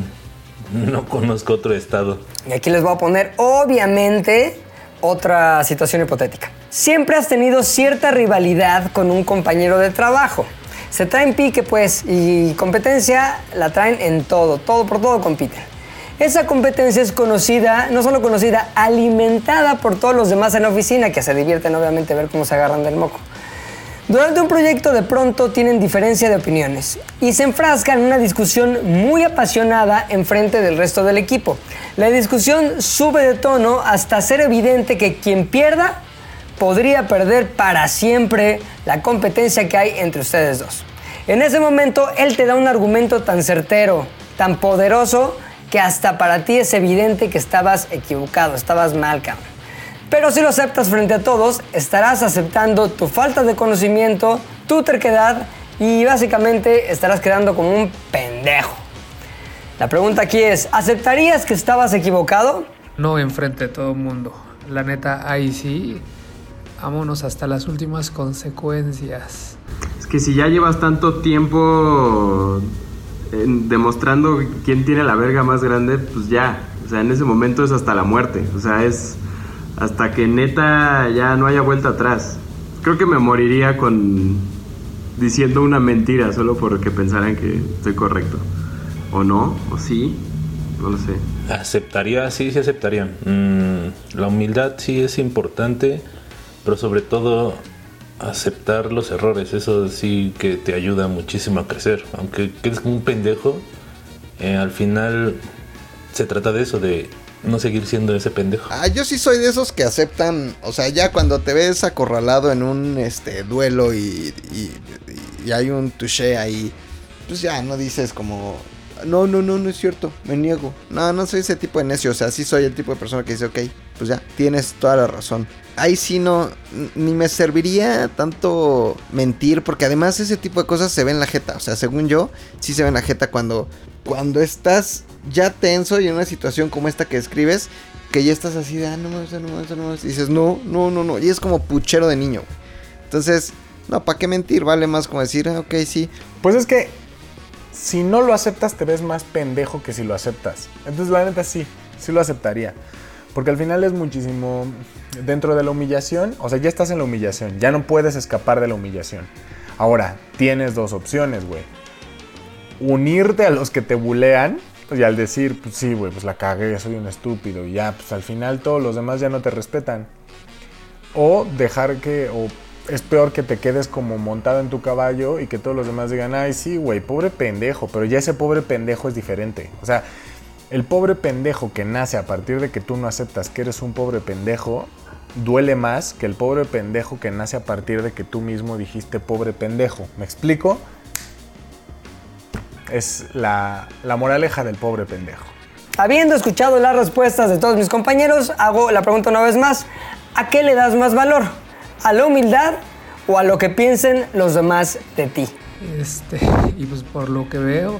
no conozco otro estado. Y aquí les voy a poner, obviamente, otra situación hipotética. Siempre has tenido cierta rivalidad con un compañero de trabajo. Se traen pique, pues, y competencia la traen en todo. Todo por todo compiten. Esa competencia es conocida, no solo conocida, alimentada por todos los demás en la oficina, que se divierten obviamente a ver cómo se agarran del moco. Durante un proyecto de pronto tienen diferencia de opiniones y se enfrascan en una discusión muy apasionada en frente del resto del equipo. La discusión sube de tono hasta ser evidente que quien pierda podría perder para siempre la competencia que hay entre ustedes dos. En ese momento él te da un argumento tan certero, tan poderoso, que hasta para ti es evidente que estabas equivocado, estabas mal, cabrón. Pero si lo aceptas frente a todos, estarás aceptando tu falta de conocimiento, tu terquedad y básicamente estarás quedando como un pendejo. La pregunta aquí es, ¿aceptarías que estabas equivocado? No enfrente de todo el mundo. La neta, ahí sí, vámonos hasta las últimas consecuencias. Es que si ya llevas tanto tiempo... demostrando quién tiene la verga más grande, pues ya, o sea, en ese momento es hasta la muerte, o sea, es hasta que neta ya no haya vuelta atrás. Creo que me moriría con diciendo una mentira solo porque pensaran que estoy correcto, o no, o sí, no lo sé. Aceptaría, sí, sí aceptaría. Mm, la humildad sí es importante, pero sobre todo aceptar los errores, eso sí que te ayuda muchísimo a crecer. Aunque quedes como un pendejo, eh, al final se trata de eso, de no seguir siendo ese pendejo. Ah, yo sí soy de esos que aceptan, o sea, ya cuando te ves acorralado en un este duelo y, y, y hay un touché ahí, pues ya no dices como, no, no, no, no es cierto, me niego. No, no soy ese tipo de necio, o sea, sí soy el tipo de persona que dice, ok, pues ya, tienes toda la razón. Ahí sí no, ni me serviría tanto mentir, porque además ese tipo de cosas se ve en la jeta. O sea, según yo, sí se ve en la jeta cuando, cuando estás ya tenso y en una situación como esta que describes, que ya estás así de, ah, no más, no más, no más. Y dices, no, no, no, no. Y es como puchero de niño. Entonces, no, ¿para qué mentir? Vale más como decir, ah, ok, sí. Pues es que si no lo aceptas, te ves más pendejo que si lo aceptas. Entonces, la neta, sí, sí lo aceptaría. Porque al final es muchísimo dentro de la humillación. O sea, ya estás en la humillación. Ya no puedes escapar de la humillación. Ahora, tienes dos opciones, güey. Unirte a los que te bulean. Y al decir, pues sí, güey, pues la cagué, soy un estúpido. Y ya, pues al final todos los demás ya no te respetan. O dejar que, o es peor que te quedes como montado en tu caballo y que todos los demás digan, ay, sí, güey, pobre pendejo, pero ya ese pobre pendejo es diferente. O sea, el pobre pendejo que nace a partir de que tú no aceptas que eres un pobre pendejo, duele más que el pobre pendejo que nace a partir de que tú mismo dijiste pobre pendejo. ¿Me explico? Es la, la moraleja del pobre pendejo. Habiendo escuchado las respuestas de todos mis compañeros, hago la pregunta una vez más. ¿A qué le das más valor? ¿A la humildad o a lo que piensen los demás de ti? Este, y pues por lo que veo,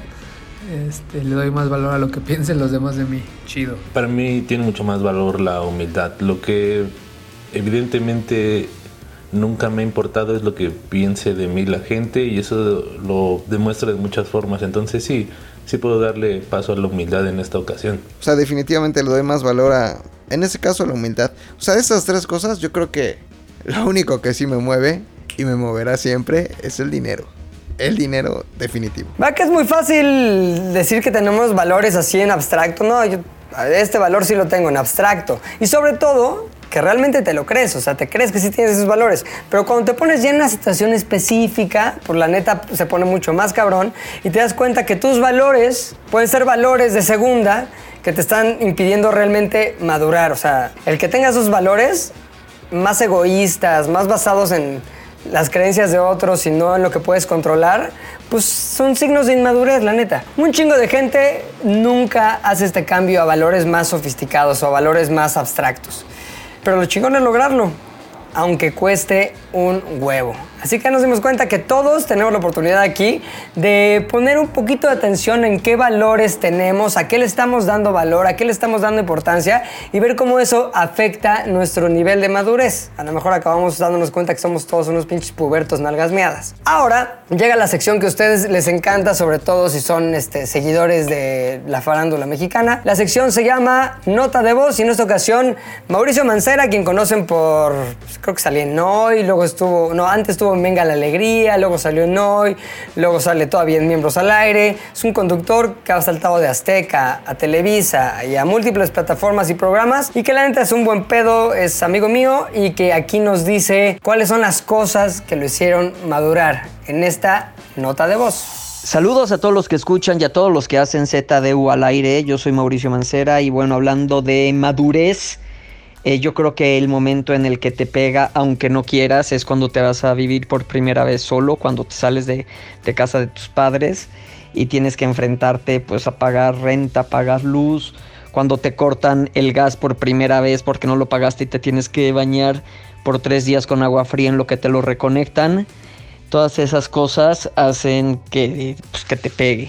este, le doy más valor a lo que piensen los demás de mí. Chido. Para mí tiene mucho más valor la humildad. Lo que evidentemente nunca me ha importado es lo que piense de mí la gente, y eso lo demuestra de muchas formas. Entonces sí, sí puedo darle paso a la humildad en esta ocasión. O sea, definitivamente le doy más valor a, en ese caso, a la humildad. O sea, de esas tres cosas, yo creo que lo único que sí me mueve y me moverá siempre es el dinero. El dinero definitivo. Va que es muy fácil decir que tenemos valores así en abstracto. No, yo este valor sí lo tengo en abstracto. Y sobre todo, que realmente te lo crees. O sea, te crees que sí tienes esos valores. Pero cuando te pones ya en una situación específica, pues la neta se pone mucho más cabrón y te das cuenta que tus valores pueden ser valores de segunda que te están impidiendo realmente madurar. O sea, el que tenga esos valores más egoístas, más basados en las creencias de otros y no en lo que puedes controlar, pues son signos de inmadurez, la neta. Un chingo de gente nunca hace este cambio a valores más sofisticados o a valores más abstractos. Pero lo chingón es lograrlo, aunque cueste un huevo. Así que nos dimos cuenta que todos tenemos la oportunidad aquí de poner un poquito de atención en qué valores tenemos, a qué le estamos dando valor, a qué le estamos dando importancia y ver cómo eso afecta nuestro nivel de madurez. A lo mejor acabamos dándonos cuenta que somos todos unos pinches pubertos nalgas meadas. Ahora llega la sección que a ustedes les encanta, sobre todo si son este, seguidores de la farándula mexicana. La sección se llama Nota de Voz y en esta ocasión Mauricio Mancera, quien conocen por, pues, creo que salía en Hoy, luego estuvo, no, antes estuvo en Venga la Alegría, luego salió en Hoy, luego sale todavía en Miembros al Aire. Es un conductor que ha saltado de Azteca a Televisa y a múltiples plataformas y programas y que la neta es un buen pedo, es amigo mío y que aquí nos dice cuáles son las cosas que lo hicieron madurar en esta Nota de Voz. Saludos a todos los que escuchan y a todos los que hacen Z D U al aire. Yo soy Mauricio Mancera y bueno, hablando de madurez, Eh, yo creo que el momento en el que te pega, aunque no quieras, es cuando te vas a vivir por primera vez solo, cuando te sales de, de casa de tus padres y tienes que enfrentarte pues a pagar renta, pagar luz, cuando te cortan el gas por primera vez porque no lo pagaste y te tienes que bañar por tres días con agua fría en lo que te lo reconectan. Todas esas cosas hacen que, pues, que te pegue.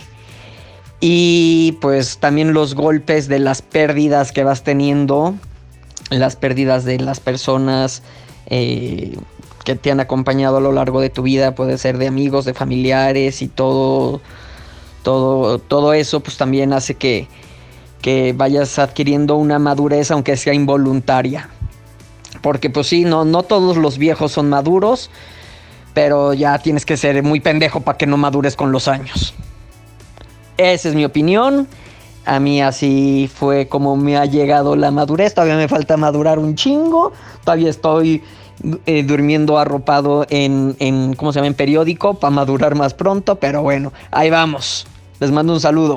Y pues también los golpes de las pérdidas que vas teniendo, las pérdidas de las personas eh, que te han acompañado a lo largo de tu vida, puede ser de amigos, de familiares y todo, todo, todo eso pues también hace que, que vayas adquiriendo una madurez aunque sea involuntaria. Porque pues sí, no, no todos los viejos son maduros, pero ya tienes que ser muy pendejo para que no madures con los años. Esa es mi opinión. A mí así fue como me ha llegado la madurez. Todavía me falta madurar un chingo. Todavía estoy eh, durmiendo arropado en, en, ¿cómo se llama? En periódico para madurar más pronto. Pero bueno, ahí vamos. Les mando un saludo.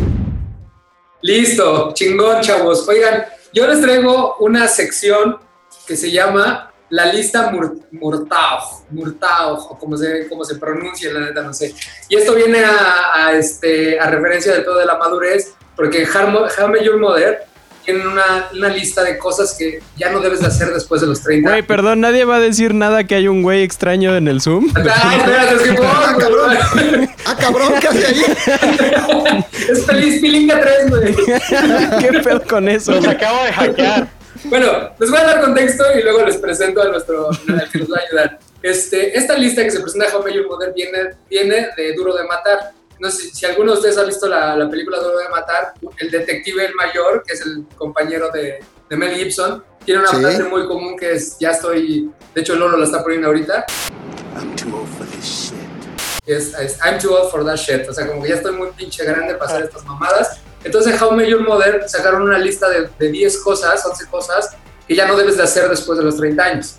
Listo, chingón, chavos. Oigan, yo les traigo una sección que se llama La Lista Mur- Murtaugh. Murtaugh, o como se, como se pronuncia, la neta no sé. Y esto viene a, a, este, a referencia del todo de la madurez, porque How I Met Your Mother tiene una, una lista de cosas que ya no debes de hacer después de los treinta. Güey, perdón, nadie va a decir nada que hay un güey extraño en el Zoom. Ah, espérate, es que ah, cabrón. Ah, cabrón, ¿qué hace ahí? Es Feliz Pilinga tres, güey. ¿Qué pedo con eso? Nos acabo de hackear. Bueno, les voy a dar contexto y luego les presento a nuestro, al que nos va a ayudar. Este, esta lista que se presenta a How I Met Your Mother viene, viene de Duro de Matar. No sé si, si alguno de ustedes ha visto la, la película Duro de Matar, el detective el mayor, que es el compañero de, de Mel Gibson, tiene una ¿Sí? frase muy común que es, ya estoy, de hecho Lolo la está poniendo ahorita. I'm too old for this shit. Es, es I'm too old for that shit, o sea, como que ya estoy muy pinche grande para hacer estas mamadas. Entonces How I Met Your Mother sacaron una lista de, de diez cosas, once cosas que ya no debes de hacer después de los treinta años.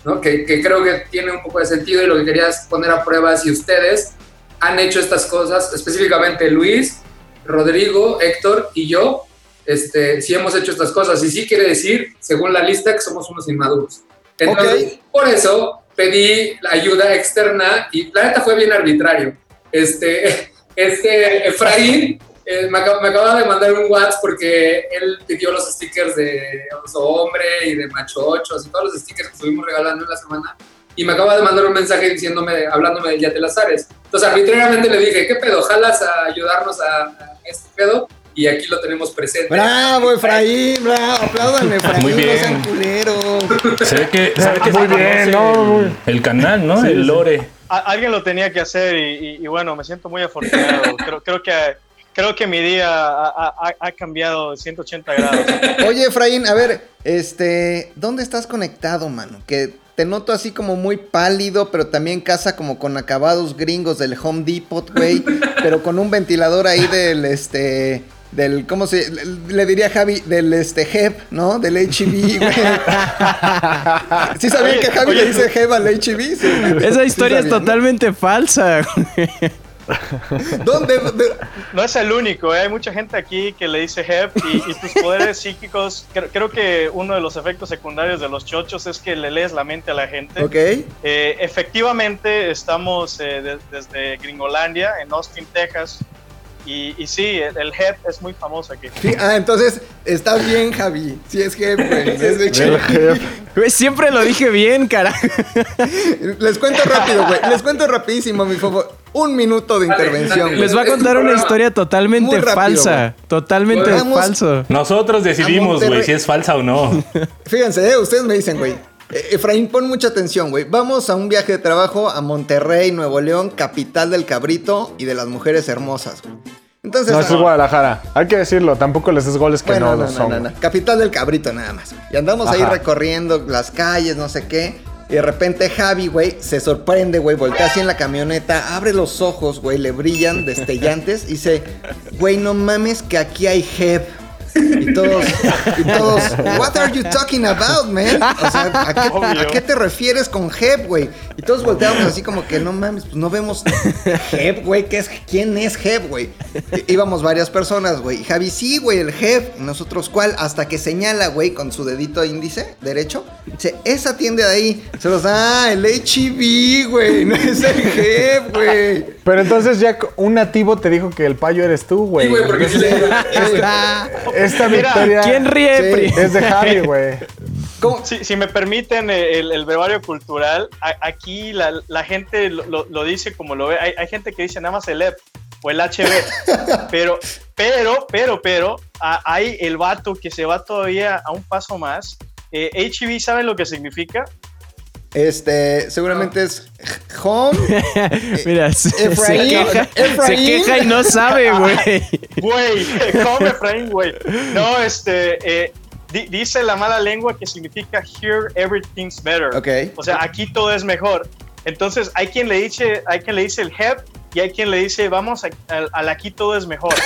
¿no? Que, que creo que tiene un poco de sentido y lo que quería es poner a prueba si ustedes han hecho estas cosas, específicamente Luis, Rodrigo, Héctor y yo, este, si hemos hecho estas cosas. Y sí quiere decir, según la lista, que somos unos inmaduros. Entonces, okay. Por eso pedí la ayuda externa y la neta fue bien arbitrario. Este, este Efraín eh, me, acaba, me acaba de mandar un WhatsApp porque él pidió los stickers de oso hombre y de machochos y todos los stickers que estuvimos regalando en la semana. Y me acaba de mandar un mensaje diciéndome, hablándome del Yatelazares. Entonces, arbitrariamente le dije, ¿qué pedo? ¿Jalas a ayudarnos a, a este pedo? Y aquí lo tenemos presente. ¡Bravo, Efraín! ¡Bravo! ¡Apláudanle, Efraín! Muy bien. No sean culeros. Se ve que, se ve que muy bien, ¿no? El canal, ¿no? Sí, el lore. A, alguien lo tenía que hacer y, y, y bueno, me siento muy afortunado. creo, creo que... Creo que mi día ha, ha, ha cambiado ciento ochenta grados. Oye, Efraín, a ver, este, ¿dónde estás conectado, mano? Que te noto así como muy pálido, pero también casa como con acabados gringos del Home Depot, güey, pero con un ventilador ahí del, este, del, ¿cómo se, le diría Javi? Del, este, H E B, ¿no? Del H E B, güey. ¿Sí sabían que Javi oye, le dice H E B al H E B? Sí, esa historia ¿sí es totalmente falsa, güey. ¿Dónde? No es el único, ¿eh? Hay mucha gente aquí que le dice H E B y, y tus poderes psíquicos, creo, creo que uno de los efectos secundarios de los chochos es que le lees la mente a la gente. Ok. Eh, efectivamente, estamos eh, de, desde Gringolandia, en Austin, Texas, y, y sí, el, el H E B es muy famoso aquí. Sí, ah, entonces, está bien, Javi. Sí, es H E B, güey. Es de H E B. Siempre lo dije bien, carajo. Les cuento rápido, güey. Les cuento rapidísimo, mi favor. Un minuto de intervención. Güey. Les va a contar una historia totalmente rápido, falsa. Güey. Totalmente Vamos falso. Nosotros decidimos, güey, si es falsa o no. Fíjense, eh, ustedes me dicen, güey. Efraín, pon mucha atención, güey. Vamos a un viaje de trabajo a Monterrey, Nuevo León, capital del cabrito y de las mujeres hermosas, güey. Entonces, no, es Guadalajara. Hay que decirlo, tampoco les des goles que bueno, no, no, no son. No, no, no. Capital del cabrito nada más. Y andamos Ajá. ahí recorriendo las calles, no sé qué. Y de repente Javi, güey, se sorprende, güey, voltea así en la camioneta, abre los ojos, güey, le brillan destellantes y dice, güey, no mames que aquí hay H E B. Y todos, y todos, what are you talking about, man? O sea, ¿a qué, ¿a qué te refieres con H E B, güey? Y todos volteamos así como que, no mames, pues no vemos H E B, güey, ¿qué es, ¿quién es H E B, güey? Íbamos varias personas, güey. Y Javi, sí, güey, el H E B. Y nosotros, ¿cuál? Hasta que señala, güey, con su dedito índice derecho. Dice, esa tienda de ahí. Se los, ah, el H E B, güey, no es el H E B, güey. Pero entonces ya un nativo te dijo que el payo eres tú, güey. Sí, güey, porque sí. Esta victoria. ¿Quién ríe? Sí, es de Javi, güey. Si, si me permiten el, el brevario cultural, a, aquí la, la gente lo, lo dice como lo ve. Hay, hay gente que dice nada más el E P o el H B. pero, pero, pero, pero, a, hay el vato que se va todavía a un paso más. Eh, H E B, ¿saben lo que significa? Este, seguramente es home. Mira, se, Efraín, se, queja, Efraín. se queja y no sabe, güey. Güey, home Efraín, güey. No, este, eh, di, dice la mala lengua que significa here everything's better. Okay. O sea, aquí todo es mejor. Entonces, hay quien le dice, hay quien le dice el H E B y hay quien le dice, vamos, al, al aquí todo es mejor.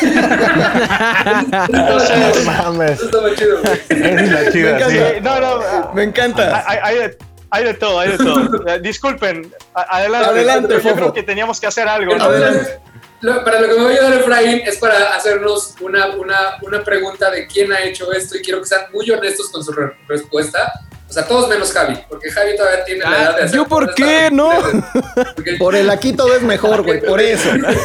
Entonces, mames. Eso está muy chido, güey. Es la chida, sí. No, no, me encanta. Hay, hay de, Hay de todo, hay de todo. Uh, disculpen, adelante. Adelante, yo Fofo. creo que teníamos que hacer algo, ¿no? Entonces, lo, para lo que me voy a ayudar Efraín es para hacernos una, una, una pregunta de quién ha hecho esto y quiero que sean muy honestos con su re- respuesta. O sea, todos menos Javi, porque Javi todavía tiene la edad de hacer... ¿Yo por qué? No. Porque... Por el aquí todo es mejor, güey, por eso.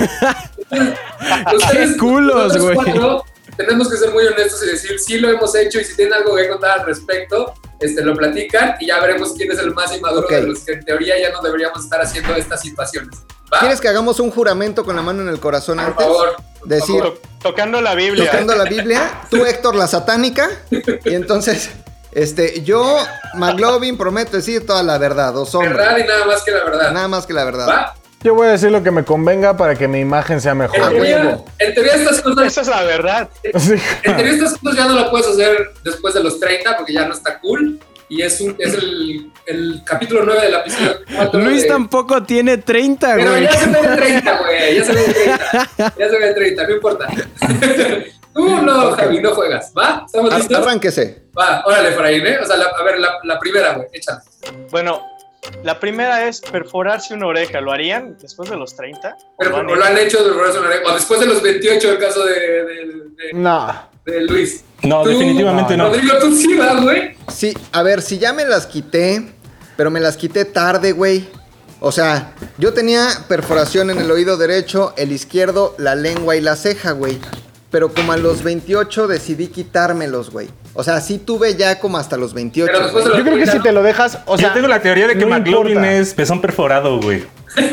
Ustedes, ¡Qué culos, güey! Tenemos que ser muy honestos y decir sí lo hemos hecho y si tienen algo que contar al respecto, este, lo platican y ya veremos quién es el más inmaduro okay. de los que en teoría ya no deberíamos estar haciendo estas situaciones. ¿Va? ¿Quieres que hagamos un juramento con la mano en el corazón por antes? Favor, por Decir, favor. Tocando la Biblia. Tocando la Biblia. Tú, Héctor, la satánica. Y entonces, este, yo, McLovin, prometo decir toda la verdad. Dos hombres. Verdad y nada más que la verdad. Nada más que la verdad. ¿Va? Yo voy a decir lo que me convenga para que mi imagen sea mejor. En teoría, en teoría estas cosas... Esa es la verdad. Sí. En teoría estas cosas ya no lo puedes hacer después de los treinta porque ya no está cool. Y es, un, es el, el capítulo nueve del episodio cuatro. Luis de... tampoco tiene treinta, güey. Pero ya se ve de treinta, güey. Ya se ve de treinta. Ya se ve de treinta, no importa. Tú no, okay. Javi, no juegas, ¿va? ¿Estamos Ar- listos? Arránquese. Va, órale, Efraín, ¿eh? O sea, la, a ver, la, la primera, güey, échale. Bueno, la primera es perforarse una oreja. ¿Lo harían después de los treinta? Pero lo han, lo han hecho de perforarse una oreja. O después de los veintiocho, el caso de, de, de, no. de Luis. No, ¿Tú, definitivamente no. Rodrigo, tú sí vas, güey. Sí, a ver, si ya me las quité, pero me las quité tarde, güey. O sea, yo tenía perforación en el oído derecho, el izquierdo, la lengua y la ceja, güey. Pero como a los veintiocho decidí quitármelos, güey. O sea, sí tuve ya como hasta los veintiocho. Pero después de Yo creo que si te lo dejas, o sea, yo tengo la teoría de que no McLovin importa. es pezón perforado, güey.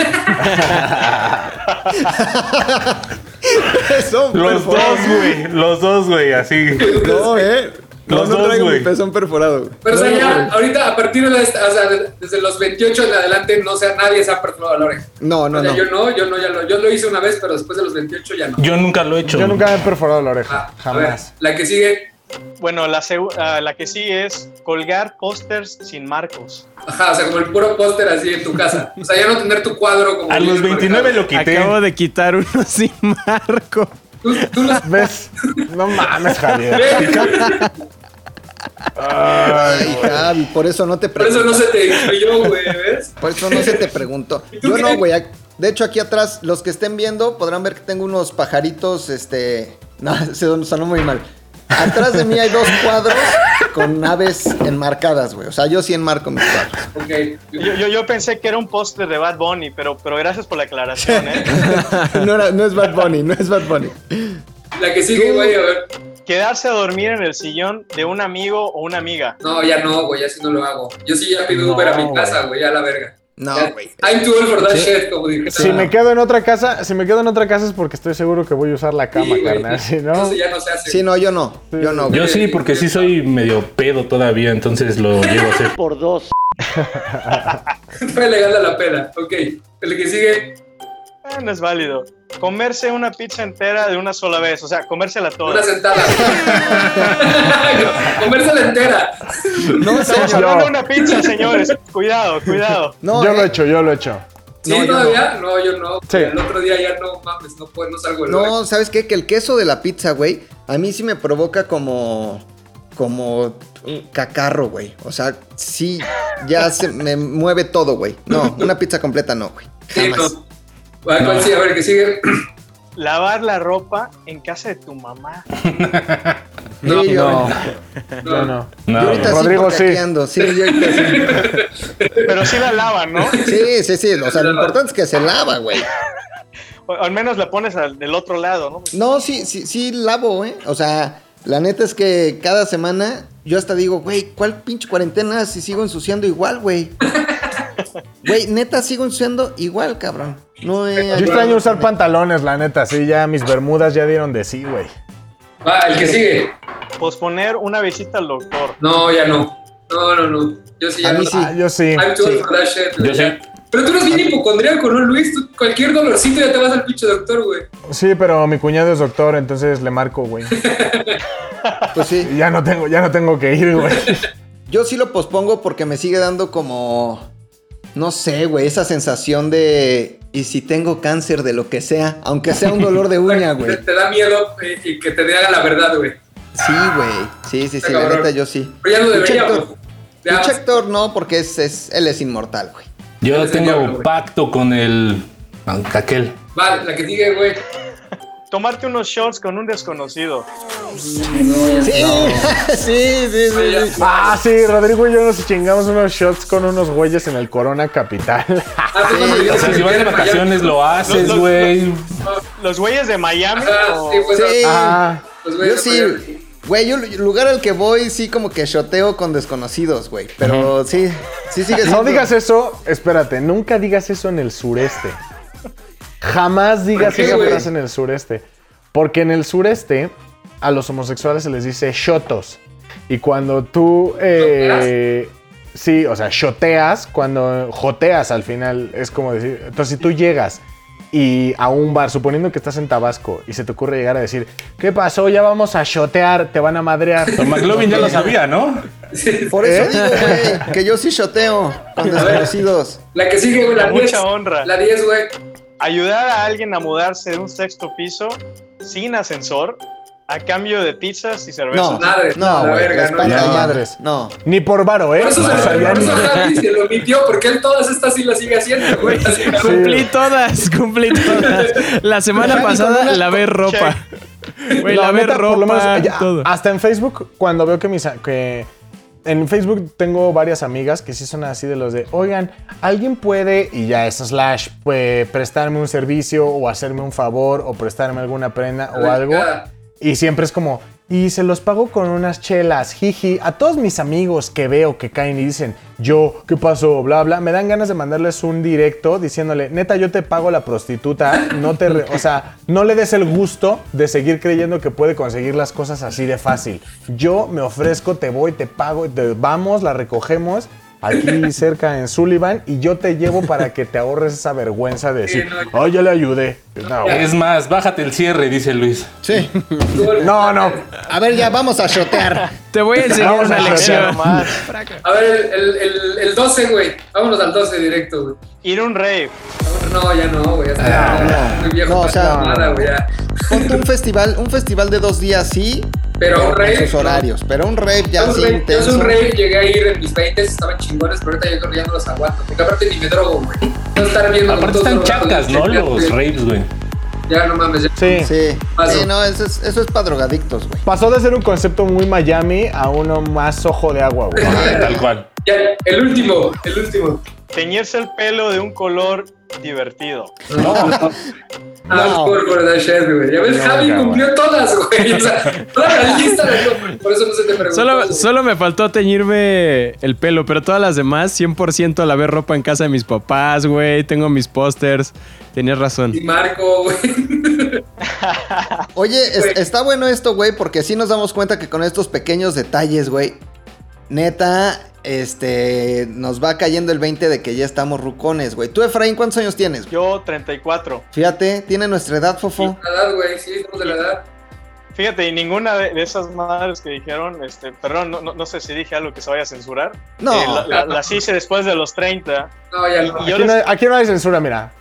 Pezón Los perforado. dos, güey. Los dos, güey, así. No, eh. No, Los no dos, traigo güey. mi pezón perforado, güey. Pero, o sea, No, ya, güey. ahorita, a partir de, esta, o sea, de- desde los veintiocho en adelante, no sea, nadie se ha perforado la oreja. No, no, O sea, no. yo no, yo no, ya lo, yo lo hice una vez, pero después de los veintiocho ya no. Yo nunca lo he hecho. Yo nunca me he perforado la oreja, Ah, a ver, jamás. la que sigue, Bueno, la, segu- ah, la que sí es colgar pósters sin marcos. ajá, o sea, como el puro póster así en tu casa. O sea, ya no tener tu cuadro como... A los veintinueve lo quité. Acabo de quitar uno sin marco. Tú, tú los... ¿Ves? No mames, Javier. Ay, Javi, por eso no te Por eso pregunto. no se te influyó, güey, ¿ves? Por eso no se te preguntó. ¿Y tú Yo qué? no, güey. De hecho, aquí atrás, los que estén viendo podrán ver que tengo unos pajaritos, este... No, se sonó muy mal. Atrás de mí hay dos cuadros con aves enmarcadas, güey. O sea, yo sí enmarco mis cuadros. Ok. Yo, yo, yo pensé que era un póster de Bad Bunny, pero, pero gracias por la aclaración, ¿eh? No, era- no es Bad Bunny, no es Bad Bunny. La que sigue, güey, a ver. Quedarse a dormir en el sillón de un amigo o una amiga. No, ya no, güey, así no lo hago. Yo sí ya pido No, Uber a mi güey. casa, güey, ya a la verga. No, Ya- güey. I'm too old for that shit, como dije. Si me quedo en otra casa, si me quedo en otra casa es porque estoy seguro que voy a usar la cama, Sí, güey. carnal. Si no, Entonces ya no se hace. Sí, no, yo no. Yo no, güey. Yo sí, porque sí soy medio pedo todavía, entonces lo llevo a hacer. Por dos. Fue legal a la pena. Ok. El que sigue, Eh, no es válido. Comerse una pizza entera de una sola vez, o sea, comérsela toda. una sentada. Comérsela entera. No, Estamos hablando de una pizza, señores. Cuidado, cuidado. No, yo eh, lo he hecho, yo lo he hecho. ¿Sí, No, yo todavía? No. yo no. Sí. El otro día ya no mames, no puedo, no salgo del baño. No, ¿sabes qué? Que el queso de la pizza, güey, a mí sí me provoca como... Como un cacarro, güey. O sea, sí, ya se me mueve todo, güey. No, una pizza completa no, güey. Sí, Jamás. no. ¿Cuál cuál sigue? A ver, que sigue. Lavar la ropa en casa de tu mamá. No, yo No, No. yo no. Yo No, ahorita sí, Rodrigo, porque sí. aquí ando. Sí, yo ahorita sí. Pero sí la lavan, ¿no? Sí, sí, sí. O sea, lo importante es que se lava, güey. O al menos la pones al, del otro lado, ¿no? No, sí, sí, sí lavo, ¿eh? O sea, la neta es que cada semana yo hasta digo, güey, ¿cuál pinche cuarentena si sigo ensuciando igual, güey? Güey, neta sigo ensuciando igual, cabrón. No he... Yo extraño usar pantalones, la neta. Sí, ya mis bermudas ya dieron de sí, güey. Va, el que sigue. Posponer una visita al doctor. No, ya no. No, no, no. Yo sí ya A mí no. sí. Ah, yo sí. I'm too old Sí. for that shit, güey, Yo ya. sí. Pero tú eres bien hipocondríaco, ¿no, Luis? Tú, cualquier dolorcito ya te vas al pinche doctor, güey. Sí, pero mi cuñado es doctor, entonces le marco, güey. Pues sí. Y ya no tengo, ya no tengo que ir, güey. Yo sí lo pospongo porque me sigue dando como... No sé, güey, esa sensación de... ¿Y si tengo cáncer de lo que sea? Aunque sea un dolor de uña, Te, güey. te da miedo eh, y que te diga la verdad, güey. Sí, güey. Sí, sí, Está sí, la cabrón. neta yo sí. Pero ya lo Pinche deberíamos. Héctor- Ya. pinche Héctor no, porque es, es, él es inmortal, güey. Yo Eres el tengo diablo, güey. pacto con el aquel. Va, la que sigue, güey. Tomarte unos shots con un desconocido. Sí, sí, sí, sí, sí. Ah, sí, Rodrigo y yo nos chingamos unos shots con unos güeyes en el Corona Capital. Ah, pues, cuando Sí, yo O sea, fui si vas de a Miami. vacaciones lo haces, Los- güey. Los güeyes de Miami. Ajá, o- sí, pues, Sí. Ah, los güeyes Yo de sí, Miami. güey, yo el lugar al que voy sí como que shoteo con desconocidos, güey. Pero sí, sí sigue siendo. no digas eso, espérate, nunca digas eso en el sureste. Jamás digas ¿Por qué, esa güey? frase en el sureste. Porque en el sureste a los homosexuales se les dice shotos. Y cuando tú... Eh, sí, o sea, shoteas, cuando joteas al final, es como decir... Entonces, si tú llegas y a un bar, suponiendo que estás en Tabasco, y se te ocurre llegar a decir, ¿qué pasó? Ya vamos a shotear, te van a madrear. Don McLovin ya lo sabía, ¿no? Por eso ¿Eh? digo, güey, que yo sí shoteo con desconocidos. La que sigue, güey, la Con diez. mucha honra. La diez, güey. Ayudar a alguien a mudarse de un sexto piso sin ascensor a cambio de pizzas y cervezas. No, madre, no, güey, verga, no, no, no, madres. No. Ni por varo, ¿eh? Por eso, o se, sea, por ya eso ni- Javi se lo omitió, porque él todas estas sí las sigue haciendo, güey. Así como- Cumplí todas, cumplí todas. La semana Javi, pasada con una- lavé ropa. Güey, No, lavé neta, por lo ropa, menos, ya, todo. hasta en Facebook, cuando veo que mis... a- que en Facebook tengo varias amigas que sí son así de los de, oigan, alguien puede, y ya es slash, pues, prestarme un servicio o hacerme un favor o prestarme alguna prenda o algo. Y siempre es como, y se los pago con unas chelas, jiji. A todos mis amigos que veo que caen y dicen, yo, ¿qué pasó? Bla, bla. Me dan ganas de mandarles un directo diciéndole, neta, yo te pago la prostituta. No te, re- o sea, no le des el gusto de seguir creyendo que puede conseguir las cosas así de fácil. Yo me ofrezco, te voy, te pago, te, vamos, la recogemos aquí cerca en Sullivan y yo te llevo para que te ahorres esa vergüenza de decir, oh, ya le ayudé. No, Es más, bájate el cierre, dice Luis. Sí. no, no. A ver, ya vamos a shotear. Te voy a enseñar Vamos una a lección. Nomás. A ver, el, el, el doce, güey. Vámonos al doce directo, güey. Ir a un rave. No, ya no, güey. Ya está. No, ya, muy viejo no, o para sea, esa mamada, güey. Ya. Ponte un festival, un festival de dos días sí, Pero un con rave, sus horarios. Pero un rave ya Yo sí un rave- yo intenso. un rave llegué a ir en mis veintes, estaban chingones, pero ahorita yo creo que ya no los aguanto. Porque aparte ni me drogo, güey. No estar viendo Aparte como están todos chacas, ¿no? drogados, Los güey. raves, güey. Ya no mames, ya. Sí. Sí, Paso. sí, no, eso es, eso es para drogadictos, güey. Pasó de ser un concepto muy Miami a uno más ojo de agua, güey. Tal cual. Ya, el último, el último. Teñirse el pelo de un color divertido. Ah, por, por that shit, güey. Ya ves, No, Javi cabrón. cumplió todas, güey. O sea, toda la lista de por eso no se te preguntó. Solo, güey. solo me faltó teñirme el pelo, pero todas las demás, cien por ciento lavé ropa en casa de mis papás, güey. Tengo mis pósters. Tenías razón. Y Marco, güey. Oye, es- está bueno esto, güey, porque así nos damos cuenta que con estos pequeños detalles, güey, neta, este, nos va cayendo el veinte de que ya estamos rucones, güey. Tú, Efraín, ¿cuántos años tienes? Yo, treinta y cuatro. Fíjate, tiene nuestra edad, Fofo. La edad, güey, sí, estamos de la edad. Fíjate, y ninguna de, de esas madres que dijeron, este, perdón, no, no, no sé si dije algo que se vaya a censurar. No. Eh, la- la- las hice después de los treinta. No, ya Y- no. y yo Aquí les- no, hay, aquí no hay censura, mira.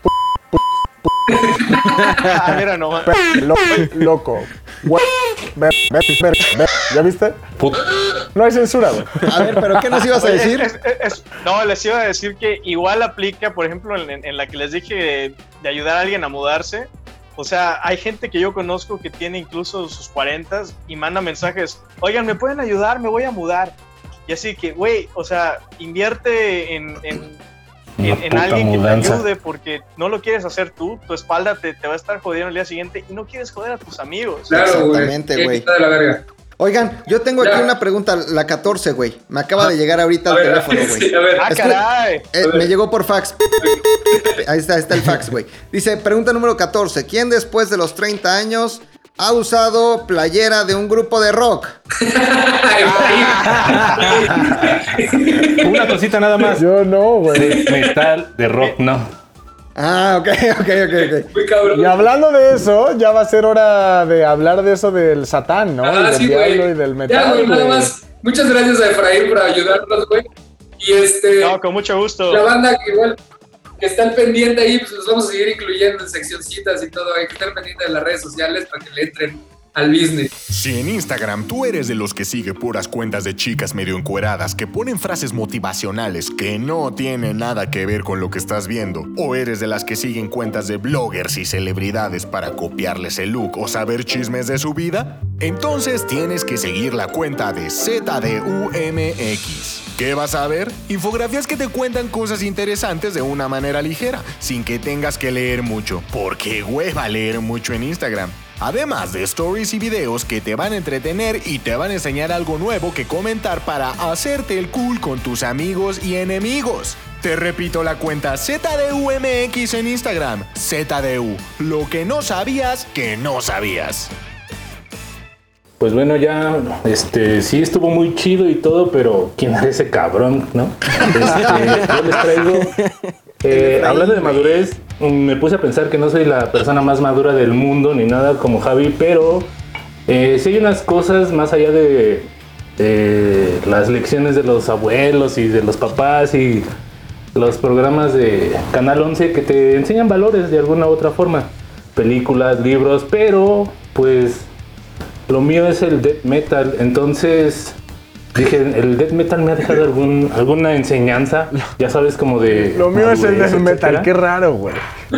Ah, mira nomás. Lo- loco. Güey. Ver, ver, ver, ver. ¿Ya viste? Put- No hay censura, güey. A ver, ¿pero qué nos ibas a Oye, decir? es- es- es- no, les iba a decir que igual aplica, por ejemplo, en, en- en la que les dije de, de ayudar a alguien a mudarse. O sea, hay gente que yo conozco que tiene incluso sus cuarentas y manda mensajes, oigan, ¿me pueden ayudar? Me voy a mudar. Y así que, güey, o sea, invierte en, en, Una en- en puta alguien que mudanza. te ayude porque no lo quieres hacer tú, tu espalda te, te va a estar jodiendo el día siguiente y no quieres joder a tus amigos. Claro, güey. Exactamente, Sí, güey. está de la verga. Oigan, yo tengo aquí Ya. una pregunta, la catorce, güey. Me acaba de llegar ahorita A al ver, teléfono, güey. sí, a ver. ¡Ah, Escu- caray! Eh, A ver. me llegó por fax. Ahí está, ahí está el fax, güey. Dice, pregunta número catorce. ¿Quién después de los treinta años ha usado playera de un grupo de rock? Una cosita nada más. Yo no, güey. De metal, de rock, no. Ah, ok, ok, ok, ok. Muy cabrón. Y hablando de eso, ya va a ser hora de hablar de eso del Satán, ¿no? Ah, y del sí, diablo güey. y del Ya, metal, güey, nada güey. más. Muchas gracias a Efraín por ayudarnos, güey. Y este, No, con mucho gusto. la banda que igual que está al pendiente ahí, pues los vamos a seguir incluyendo en seccioncitas y todo. Hay que estar pendiente de las redes sociales para que le entren al business. Si en Instagram tú eres de los que sigue puras cuentas de chicas medio encueradas que ponen frases motivacionales que no tienen nada que ver con lo que estás viendo, o eres de las que siguen cuentas de bloggers y celebridades para copiarles el look o saber chismes de su vida, entonces tienes que seguir la cuenta de Z D U M X. ¿Qué vas a ver? Infografías que te cuentan cosas interesantes de una manera ligera, sin que tengas que leer mucho, porque hueva leer mucho en Instagram. Además de stories y videos que te van a entretener y te van a enseñar algo nuevo que comentar para hacerte el cool con tus amigos y enemigos. Te repito la cuenta Z D U M X en Instagram. Z D U, lo que no sabías que no sabías. Pues bueno, ya, este, sí estuvo muy chido y todo, pero ¿quién era ese cabrón, no? Este, yo les traigo, eh, hablando de madurez, me puse a pensar que no soy la persona más madura del mundo ni nada como Javi, pero eh, sí hay unas cosas más allá de eh, las lecciones de los abuelos y de los papás y los programas de Canal once que te enseñan valores de alguna u otra forma, películas, libros, pero pues lo mío es el death metal, entonces dije, ¿el death metal me ha dejado algún, alguna enseñanza? Ya sabes, como de... Lo mío es el death metal, qué raro, güey.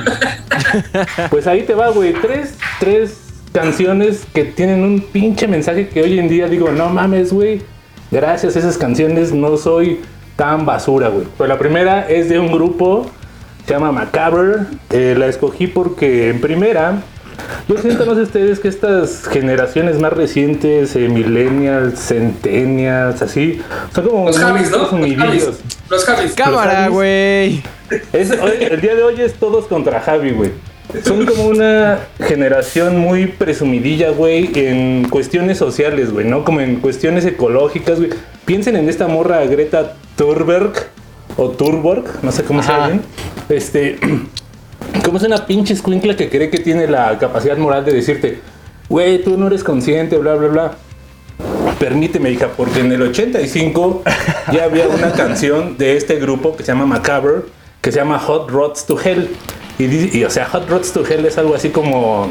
Pues ahí te va, güey, tres, tres canciones que tienen un pinche mensaje que hoy en día digo, no mames, güey, gracias a esas canciones no soy tan basura, güey. Pues la primera es de un grupo, se llama Macabre, eh, la escogí porque en primera... Yo siento, no sé ustedes, que estas generaciones más recientes, eh, millennials, centennials, así, son como los Javis, ¿no? Los Los Javis. Cámara, güey. El día de hoy es todos contra Javi, güey. Son como una generación muy presumidilla, güey, en cuestiones sociales, güey, ¿no? Como en cuestiones ecológicas, güey. Piensen en esta morra Greta Thunberg, o Thunberg, no sé cómo se llama. Este... Como es una pinche escuincla que cree que tiene la capacidad moral de decirte, güey, tú no eres consciente, bla, bla, bla. Permíteme, hija, porque en el ochenta y cinco ya había una canción de este grupo que se llama Macabre, que se llama Hot Rods to Hell. Y, y o sea, Hot Rods to Hell es algo así como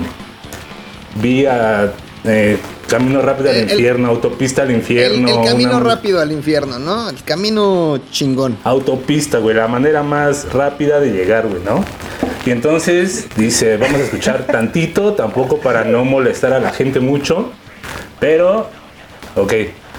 vía... Eh, camino rápido al El- el- infierno, autopista al El, infierno. el camino una- rápido al infierno, ¿no? El camino chingón. Autopista, güey, la manera más rápida de llegar, güey, ¿no? Y entonces dice, vamos a escuchar tantito, tampoco para no molestar a la gente mucho, pero, ok,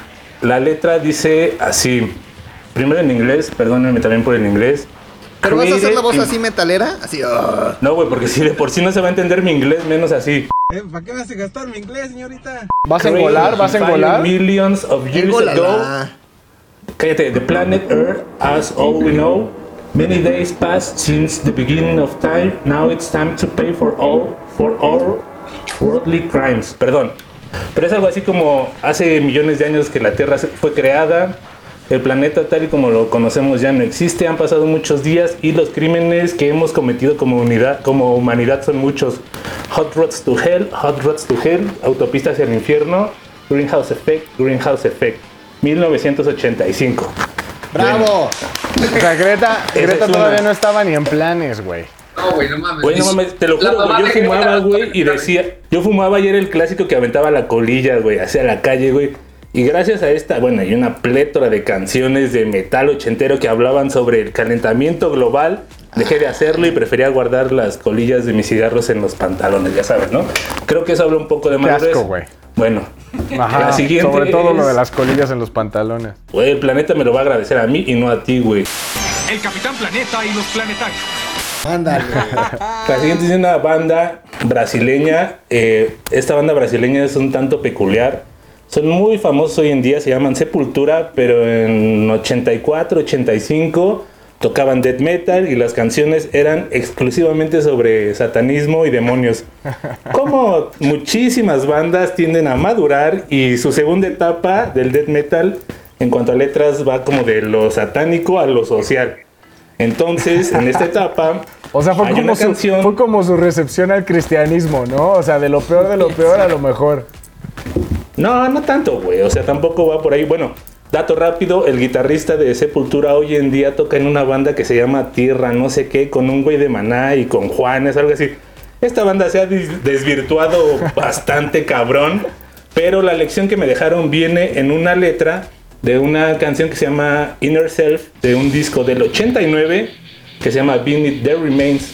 la letra dice así, primero en inglés, perdónenme también por el inglés. ¿Pero vas a hacer la voz Created así metalera? Así, oh. No, güey, porque si de por sí no se va a entender mi inglés, menos así. ¿Para qué me hace gastar mi inglés, señorita? ¿Vas a engolar? ¿Vas a engolar? Millions of years Engólala. ago. Cállate. The planet Earth, as all we know, many days passed since the beginning of time. Now it's time to pay for all for all worldly crimes. Perdón. Pero es algo así como hace millones de años que la Tierra se- fue creada. El planeta tal y como lo conocemos ya no existe, han pasado muchos días y los crímenes que hemos cometido como, unidad, como humanidad son muchos. Hot Roads to Hell, Hot Roads to Hell, Autopista hacia el infierno, Greenhouse Effect, Greenhouse Effect, mil novecientos ochenta y cinco. ¡Bravo! O sea, Greta, Esa Greta es todavía una. no estaba ni en planes, güey. No, güey, no mames. Güey, no mames, te lo La juro, mamá güey, yo de fumaba, Greta güey, y Thunberg. decía, yo fumaba y era el clásico que aventaba la colilla, güey, hacia la calle, güey. Y gracias a esta, bueno, hay una plétora de canciones de metal ochentero que hablaban sobre el calentamiento global. Dejé de hacerlo y prefería guardar las colillas de mis cigarros en los pantalones, ya sabes, ¿no? Creo que eso habla un poco de Qué madurez. asco, güey. Bueno, Ajá, la siguiente sobre todo es- lo de las colillas en los pantalones. Güey, el planeta me lo va a agradecer a mí y no a ti, güey. El Capitán Planeta y los planetarios. Ándale. La siguiente es una banda brasileña. eh, esta banda brasileña es un tanto peculiar. Son muy famosos hoy en día, se llaman Sepultura, pero en ochenta y cuatro, ochenta y cinco tocaban death metal y las canciones eran exclusivamente sobre satanismo y demonios. Como muchísimas bandas tienden a madurar y su segunda etapa del death metal en cuanto a letras va como de lo satánico a lo social. Entonces, en esta etapa O sea, fue hay como, una su, canción... fue como su recepción al cristianismo, ¿no? O sea, de lo peor de lo peor a lo mejor. No, no tanto, güey. O sea, tampoco va por ahí. Bueno, dato rápido, el guitarrista de Sepultura hoy en día toca en una banda que se llama Tierra, no sé qué, con un güey de Maná y con Juanes, algo así. Esta banda se ha des- desvirtuado bastante cabrón, pero la lección que me dejaron viene en una letra de una canción que se llama Inner Self, de un disco del ochenta y nueve, que se llama Beneath the Remains.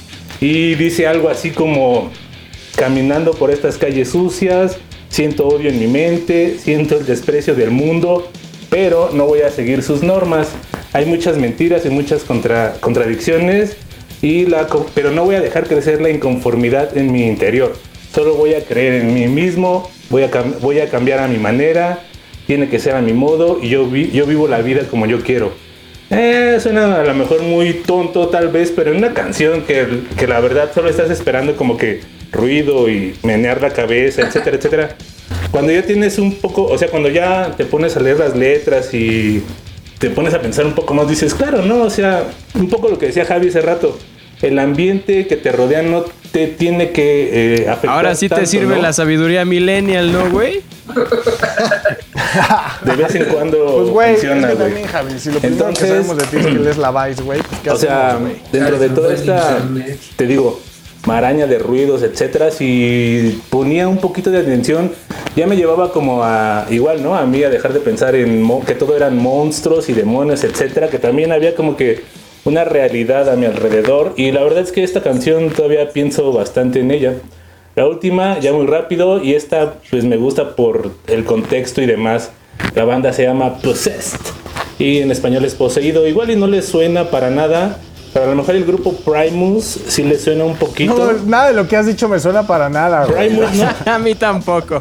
Y dice algo así como: caminando por estas calles sucias, siento odio en mi mente, siento el desprecio del mundo, pero no voy a seguir sus normas. Hay muchas mentiras y muchas contra- contradicciones, y la, co- pero no voy a dejar crecer la inconformidad en mi interior. Solo voy a creer en mí mismo, voy a, cam- voy a cambiar a mi manera, tiene que ser a mi modo, y yo, vi- yo vivo la vida como yo quiero. Eh, suena a lo mejor muy tonto tal vez, pero en una canción que, que la verdad solo estás esperando como que ruido y menear la cabeza, etcétera, etcétera. Cuando ya tienes un poco, o sea, cuando ya te pones a leer las letras y te pones a pensar un poco más, dices, claro, ¿no? O sea, un poco lo que decía Javi hace rato, el ambiente que te rodea no te tiene que eh, afectar. Ahora sí te tanto, sirve ¿no? la sabiduría millennial, ¿no, güey? De vez en cuando Pues, güey, es funciona, que güey. también, Javi, si lo primero que Entonces- sabemos de ti es que lees la Vice, güey, pues, ¿qué O sea, hacemos, güey? dentro de toda esta, te digo, maraña de ruidos, etcétera. Si ponía un poquito de atención, ya me llevaba como a, igual, ¿no? A mí a dejar de pensar en mo- que todo eran monstruos y demonios, etcétera. Que también había como que una realidad a mi alrededor. Y la verdad es que esta canción todavía pienso bastante en ella. La última, ya muy rápido, y esta pues me gusta por el contexto y demás. La banda se llama Possessed y en español es Poseído. Igual y no les suena para nada, pero a lo mejor el grupo Primus sí les suena un poquito. No, nada de lo que has dicho me suena para nada, güey. Primus, ¿no? A mí tampoco.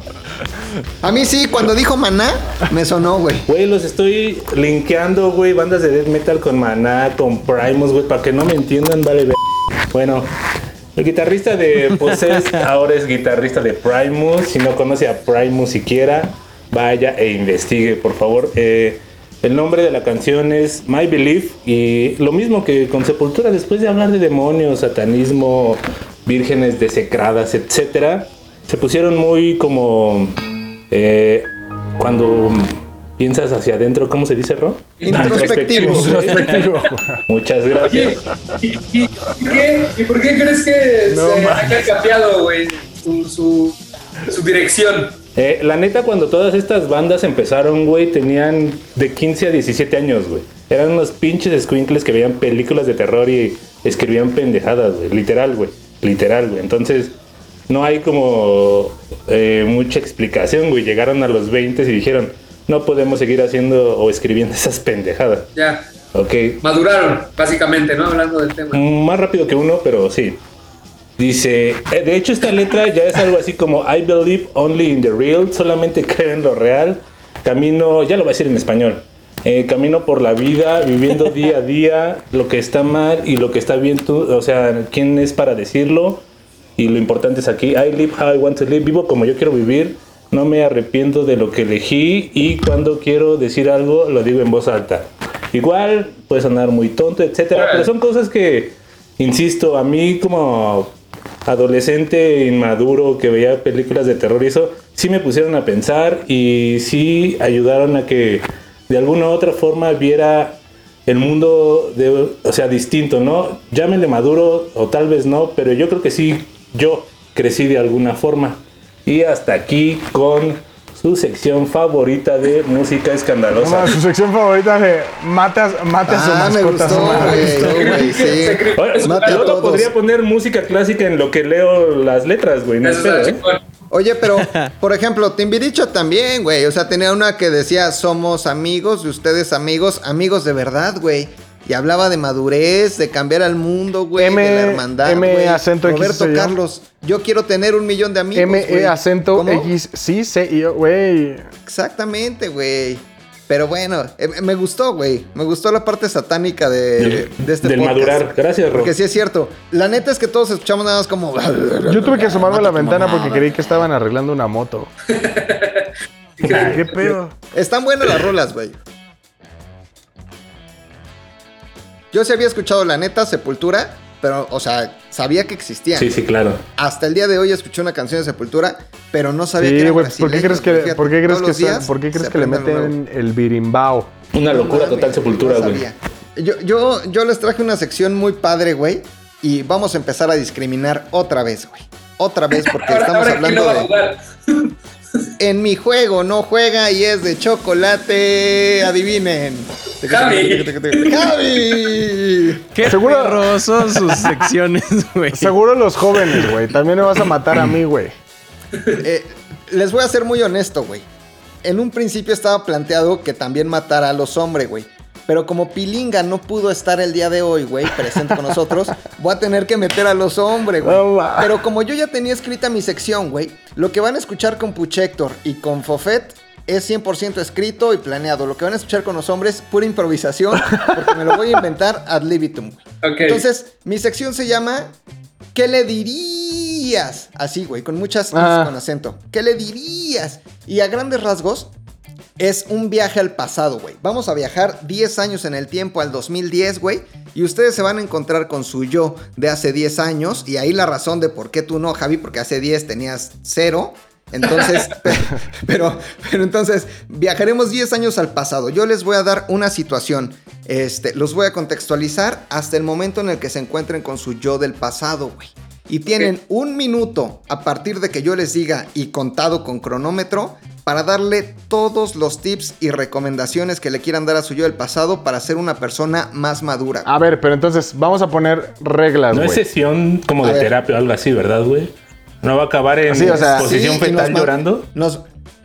A mí sí, cuando dijo Maná, me sonó, güey. Güey, los estoy linkeando, güey, bandas de death metal con Maná, con Primus, güey, para que no me entiendan, vale, ver. Bueno, el guitarrista de Possessed ahora es guitarrista de Primus. Si no conoce a Primus siquiera, vaya e investigue, por favor. Eh, el nombre de la canción es My Belief, y lo mismo que con Sepultura, después de hablar de demonios, satanismo, vírgenes desecradas, etcétera, se pusieron muy como eh, cuando piensas hacia adentro, ¿cómo se dice, Ro? Introspectivo. Introspectivo. Muchas gracias. ¿Y, y, y, qué, ¿Y por qué crees que No, se man. haya cambiado, güey, su, su, su dirección? Eh, la neta, cuando todas estas bandas empezaron, güey, tenían de quince a diecisiete años, güey. Eran unos pinches escuincles que veían películas de terror y escribían pendejadas, güey. Literal, güey. Literal, güey. Entonces, no hay como eh, mucha explicación, güey. Llegaron a los veinte y dijeron, no podemos seguir haciendo o escribiendo esas pendejadas. Ya, Ok. maduraron, básicamente, ¿no? Hablando del tema. Más rápido que uno, pero sí. Dice, eh, de hecho esta letra ya es algo así como I believe only in the real, solamente creo en lo real. Camino, ya lo voy a decir en español. Eh, camino por la vida, viviendo día a día lo que está mal y lo que está bien tú, o sea, quién es para decirlo. Y lo importante es aquí, I live how I want to live, vivo como yo quiero vivir, no me arrepiento de lo que elegí y cuando quiero decir algo lo digo en voz alta. Igual puede sonar muy tonto, etcétera, pero son cosas que, insisto, a mí como adolescente inmaduro que veía películas de terror y eso, sí me pusieron a pensar y sí ayudaron a que de alguna u otra forma viera el mundo, de, o sea, distinto, ¿no? Llámenle maduro o tal vez no, pero yo creo que sí, yo crecí de alguna forma. Y hasta aquí con su sección favorita de música escandalosa. No, su sección favorita de matas, matas Ah, o me mascotas. gustó, humanas. güey, güey, sí. Oye, Mata a yo no todos. podría poner música clásica en lo que leo las letras, güey. No Eso espero, está ¿eh? chingón. Oye, pero, por ejemplo, Timbiricho también, güey. O sea, tenía una que decía, somos amigos de ustedes amigos, amigos de verdad, güey. Y hablaba de madurez, de cambiar al mundo, güey, M- de la hermandad, M güey. acento X, Roberto soy yo. Carlos, yo quiero tener un millón de amigos, M güey. E acento ¿Cómo? X, sí, C, I, O, güey. Exactamente, güey. Pero bueno, eh, me gustó, güey. Me gustó la parte satánica de, Del- de este del podcast. madurar. Gracias, Rob. Porque sí es cierto. La neta es que todos escuchamos nada más como... Yo tuve que asomarme a la Mata tu ventana mamá. porque creí que estaban arreglando una moto. ¿Qué pedo? Están buenas las rolas, güey. Yo sí había escuchado la neta Sepultura, pero, o sea, sabía que existían. Sí, sí, claro. Hasta el día de hoy escuché una canción de Sepultura, pero no sabía que Sí, eran güey, ¿por qué crees brasileños, que, güey, fíjate. ¿por qué crees Todos que, los son- días ¿por qué crees se que le aprende algo meten el birimbao? Una locura No total mames, Sepultura, no güey. sabía. Yo, yo, yo les traje una sección muy padre, güey. Y vamos a empezar a discriminar otra vez, güey. Otra vez, porque Ahora, estamos ahora ¿quién hablando no va a de... jugar? En mi juego no juega y es de chocolate. Adivinen. Javi. ¡Javi! Qué Seguro- perros son sus secciones, güey. Seguro los jóvenes, güey. También me vas a matar a mí, güey. Eh, les voy a ser muy honesto, güey. En un principio estaba planteado que también matara a los hombres, güey. Pero como Pilinga no pudo estar el día de hoy, güey, presente con nosotros, voy a tener que meter a los hombres, güey. No, ma. Pero como yo ya tenía escrita mi sección, güey, lo que van a escuchar con Puchector y con Fofet es cien por ciento escrito y planeado. Lo que van a escuchar con los hombres, pura improvisación, porque me lo voy a inventar ad libitum, güey. Ok. Entonces, mi sección se llama ¿qué le dirías? Así, güey, con muchas i's Ah. con acento. ¿Qué le dirías? Y a grandes rasgos, es un viaje al pasado, güey. Vamos a viajar diez años en el tiempo, al dos mil diez, güey. Y ustedes se van a encontrar con su yo de hace diez años. Y ahí la razón de por qué tú no, Javi, porque hace diez tenías cero. Entonces, pero, pero entonces, viajaremos diez años al pasado. Yo les voy a dar una situación. Este, los voy a contextualizar hasta el momento en el que se encuentren con su yo del pasado, güey. Y tienen un minuto a partir de que yo les diga y contado con cronómetro para darle todos los tips y recomendaciones que le quieran dar a su yo del pasado para ser una persona más madura. A ver, pero entonces vamos a poner reglas, No güey. es sesión como A de ver. terapia o algo así, ¿verdad, güey? No va a acabar en Sí, o sea, posición Sí, y fetal nos ma- llorando. Nos,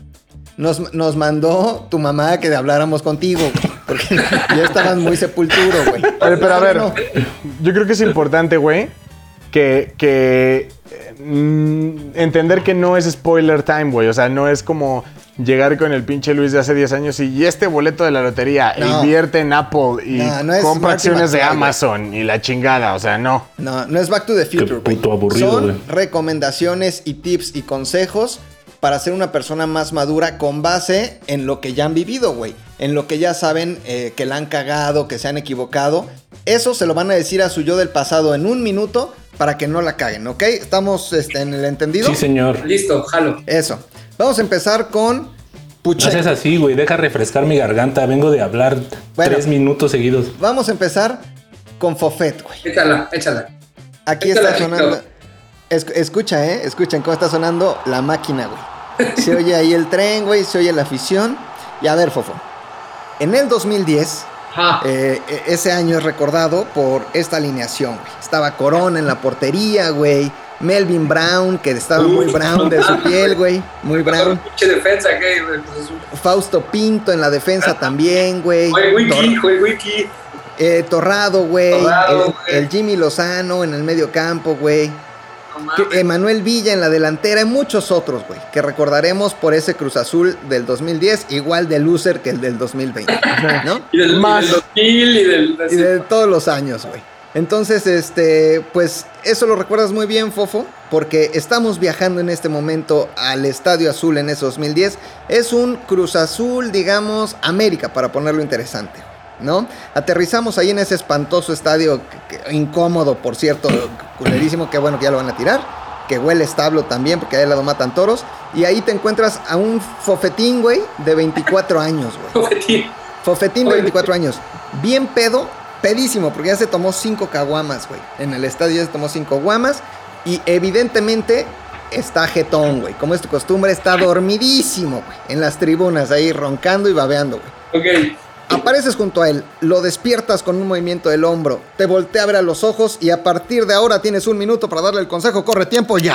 nos, nos mandó tu mamá que habláramos contigo, güey, porque ya estabas muy sepulturo, güey. Oye, pero a ver, No, yo creo que es importante, güey, que, que mm, entender que no es spoiler time, güey. O sea, no es como llegar con el pinche Luis de hace diez años y, y este boleto de la lotería, No. invierte en Apple y No, no es compra Marty acciones de McFly, güey. Amazon y la chingada. O sea, no. No, no es Back to the Future, Qué güey. puto aburrido, Son güey. recomendaciones y tips y consejos para ser una persona más madura con base en lo que ya han vivido, güey. En lo que ya saben eh, que la han cagado, que se han equivocado. Eso se lo van a decir a su yo del pasado en un minuto para que no la caguen, ¿ok? ¿Estamos este, en el entendido? Sí, señor. Listo, jalo. Eso. Vamos a empezar con No Pucheco. seas así, güey. Deja refrescar mi garganta. Vengo de hablar Bueno. tres minutos seguidos. Vamos a empezar con Fofet, güey. Échala, échala. Aquí Échala, está sonando. Es- escucha, ¿eh? Escuchen cómo está sonando la máquina, güey. Se oye ahí el tren, güey. Se oye la afición. Y a ver, Fofo. En el dos mil diez, Ajá. eh, e- ese año es recordado por esta alineación, güey. Estaba Corona en la portería, güey. Melvin Brown, que estaba muy Uf, brown de su no piel, güey. Muy brown. Pinche defensa, ¿qué? güey? Pues es un- Fausto Pinto en la defensa también, güey. Güey, wiki, Tor- güey, wiki. eh, Torrado, güey. Torrado, El, güey. el Jimmy Lozano en el medio campo, güey. No Que- mames. Emanuel Villa en la delantera y muchos otros, güey, que recordaremos por ese Cruz Azul del dos mil diez, igual de loser que el del dos mil veinte, ¿no? Y del, Más. y del dos mil y del... Y de todos los años, güey. Entonces, este, pues eso lo recuerdas muy bien, Fofo, porque estamos viajando en este momento al Estadio Azul en ese dos mil diez. Es un Cruz Azul, digamos, América, para ponerlo interesante, ¿no? Aterrizamos ahí en ese espantoso estadio, que- que- incómodo, por cierto, culerísimo, que bueno que ya lo van a tirar, que huele establo también, porque ahí al lado matan toros, y ahí te encuentras a un Fofetín, güey, de veinticuatro años, güey. Fofetín. Fofetín de Oye. veinticuatro años. Bien pedo, pedísimo, porque ya se tomó cinco caguamas, güey. En el estadio ya se tomó cinco guamas. Y evidentemente está jetón, güey. Como es tu costumbre, está dormidísimo, güey. En las tribunas, ahí roncando y babeando, güey. Ok. Apareces junto a él, lo despiertas con un movimiento del hombro, te voltea a ver a los ojos y a partir de ahora tienes un minuto para darle el consejo. Corre tiempo ya.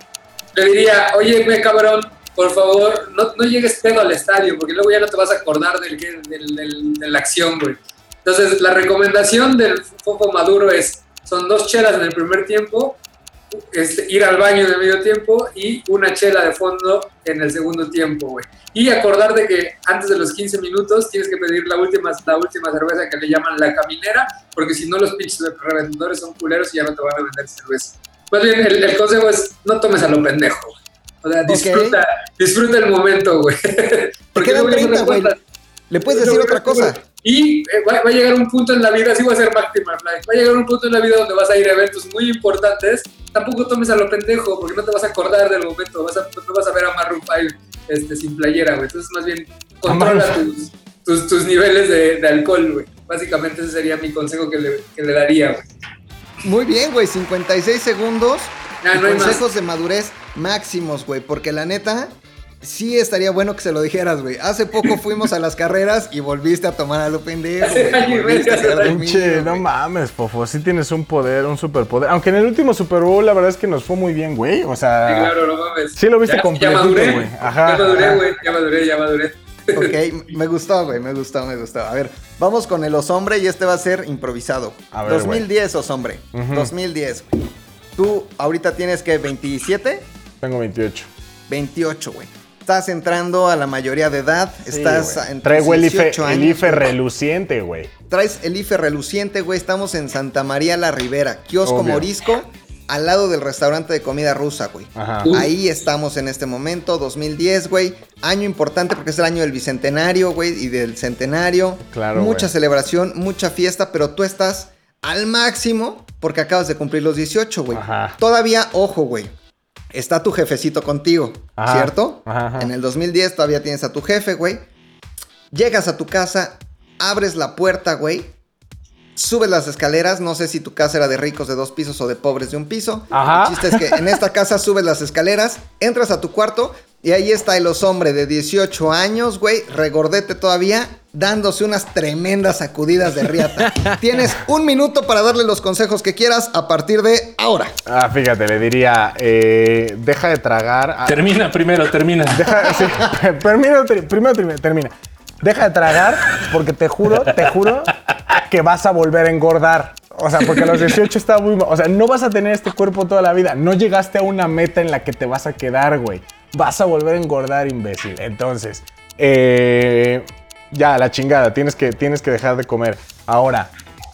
Le diría, oye, güey, cabrón, por favor, no, no llegues pedo al estadio, porque luego ya no te vas a acordar del, que- del, del- de la acción, güey. Entonces, la recomendación del Fofo Maduro es, son dos chelas en el primer tiempo, es ir al baño en el medio tiempo y una chela de fondo en el segundo tiempo, güey. Y acordar de que antes de los quince minutos tienes que pedir la última, la última cerveza que le llaman la caminera, porque si no los pinches revendedores son culeros y ya no te van a vender cerveza. Más bien, el, el consejo es, no tomes a lo pendejo, güey. O sea, disfruta, disfruta el momento, güey. Te Porque quedan luego ya no treinta, güey. recuerdas. Le puedes decir otra cosa. Y eh, va, va a llegar un punto en la vida, así va a ser Marty McFly, va a llegar un punto en la vida donde vas a ir a eventos muy importantes, tampoco tomes a lo pendejo, porque no te vas a acordar del momento, vas a, no vas a ver a Maroon cinco este, sin playera, güey. Entonces, más bien, controla tus, tus, tus niveles de, de alcohol, güey. Básicamente ese sería mi consejo que le, que le daría, güey. Muy bien, güey, cincuenta y seis segundos. Ya, y no hay consejos de madurez máximos, güey, porque la neta, sí estaría bueno que se lo dijeras, güey. Hace poco fuimos a las carreras y volviste a tomar a lo pendejo, güey. Ay, Volviste a quedar dormido, Pinche, no güey. mames, Fofo, sí tienes un poder, un superpoder. Aunque en el último Super Bowl la verdad es que nos fue muy bien, güey. O sea, Sí, claro, no mames. sí lo viste Ya- completito, ya maduré, güey. Ajá, Ya maduré, ajá. güey, ya maduré, ya maduré. Ok, me gustó, güey, me gustó, me gustó. A ver, vamos con el Osombre y este va a ser improvisado. A ver, dos mil diez, Osombre. Ujú. dos mil diez, güey. Tú ahorita tienes que veintisiete, Tengo veintiocho. veintiocho, güey. Estás entrando a la mayoría de edad, Sí, estás güey. en tus Traigo el IFE, dieciocho el años, IFE güey. reluciente, güey. Traes el IFE reluciente, güey. Estamos en Santa María la Ribera, kiosco Obvio. morisco, al lado del restaurante de comida rusa, güey. Ajá. Ahí estamos en este momento, dos mil diez, güey. Año importante porque es el año del bicentenario, güey, y del centenario. Claro, Mucha güey. celebración, mucha fiesta, pero tú estás al máximo porque acabas de cumplir los dieciocho, güey. Ajá. Todavía, ojo, güey. Está tu jefecito contigo, Ajá. ¿cierto? Ajá, ajá. En el dos mil diez todavía tienes a tu jefe, güey. Llegas a tu casa, abres la puerta, güey. subes las escaleras, no sé si tu casa era de ricos de dos pisos o de pobres de un piso. Ajá. El chiste es que en esta casa subes las escaleras, entras a tu cuarto y ahí está el oshombre de dieciocho años, güey, regordete todavía, dándose unas tremendas sacudidas de riata. Tienes un minuto para darle los consejos que quieras a partir de ahora. Ah, fíjate, le diría, eh, deja de tragar. Termina primero, termina. Deja, sí, primero, primero termina. Deja de tragar porque te juro, te juro que vas a volver a engordar. O sea, porque a los dieciocho está muy... O sea, no vas a tener este cuerpo toda la vida. No llegaste a una meta en la que te vas a quedar, güey. Vas a volver a engordar, imbécil. Entonces, eh, ya, la chingada. Tienes que, tienes que dejar de comer. Ahora,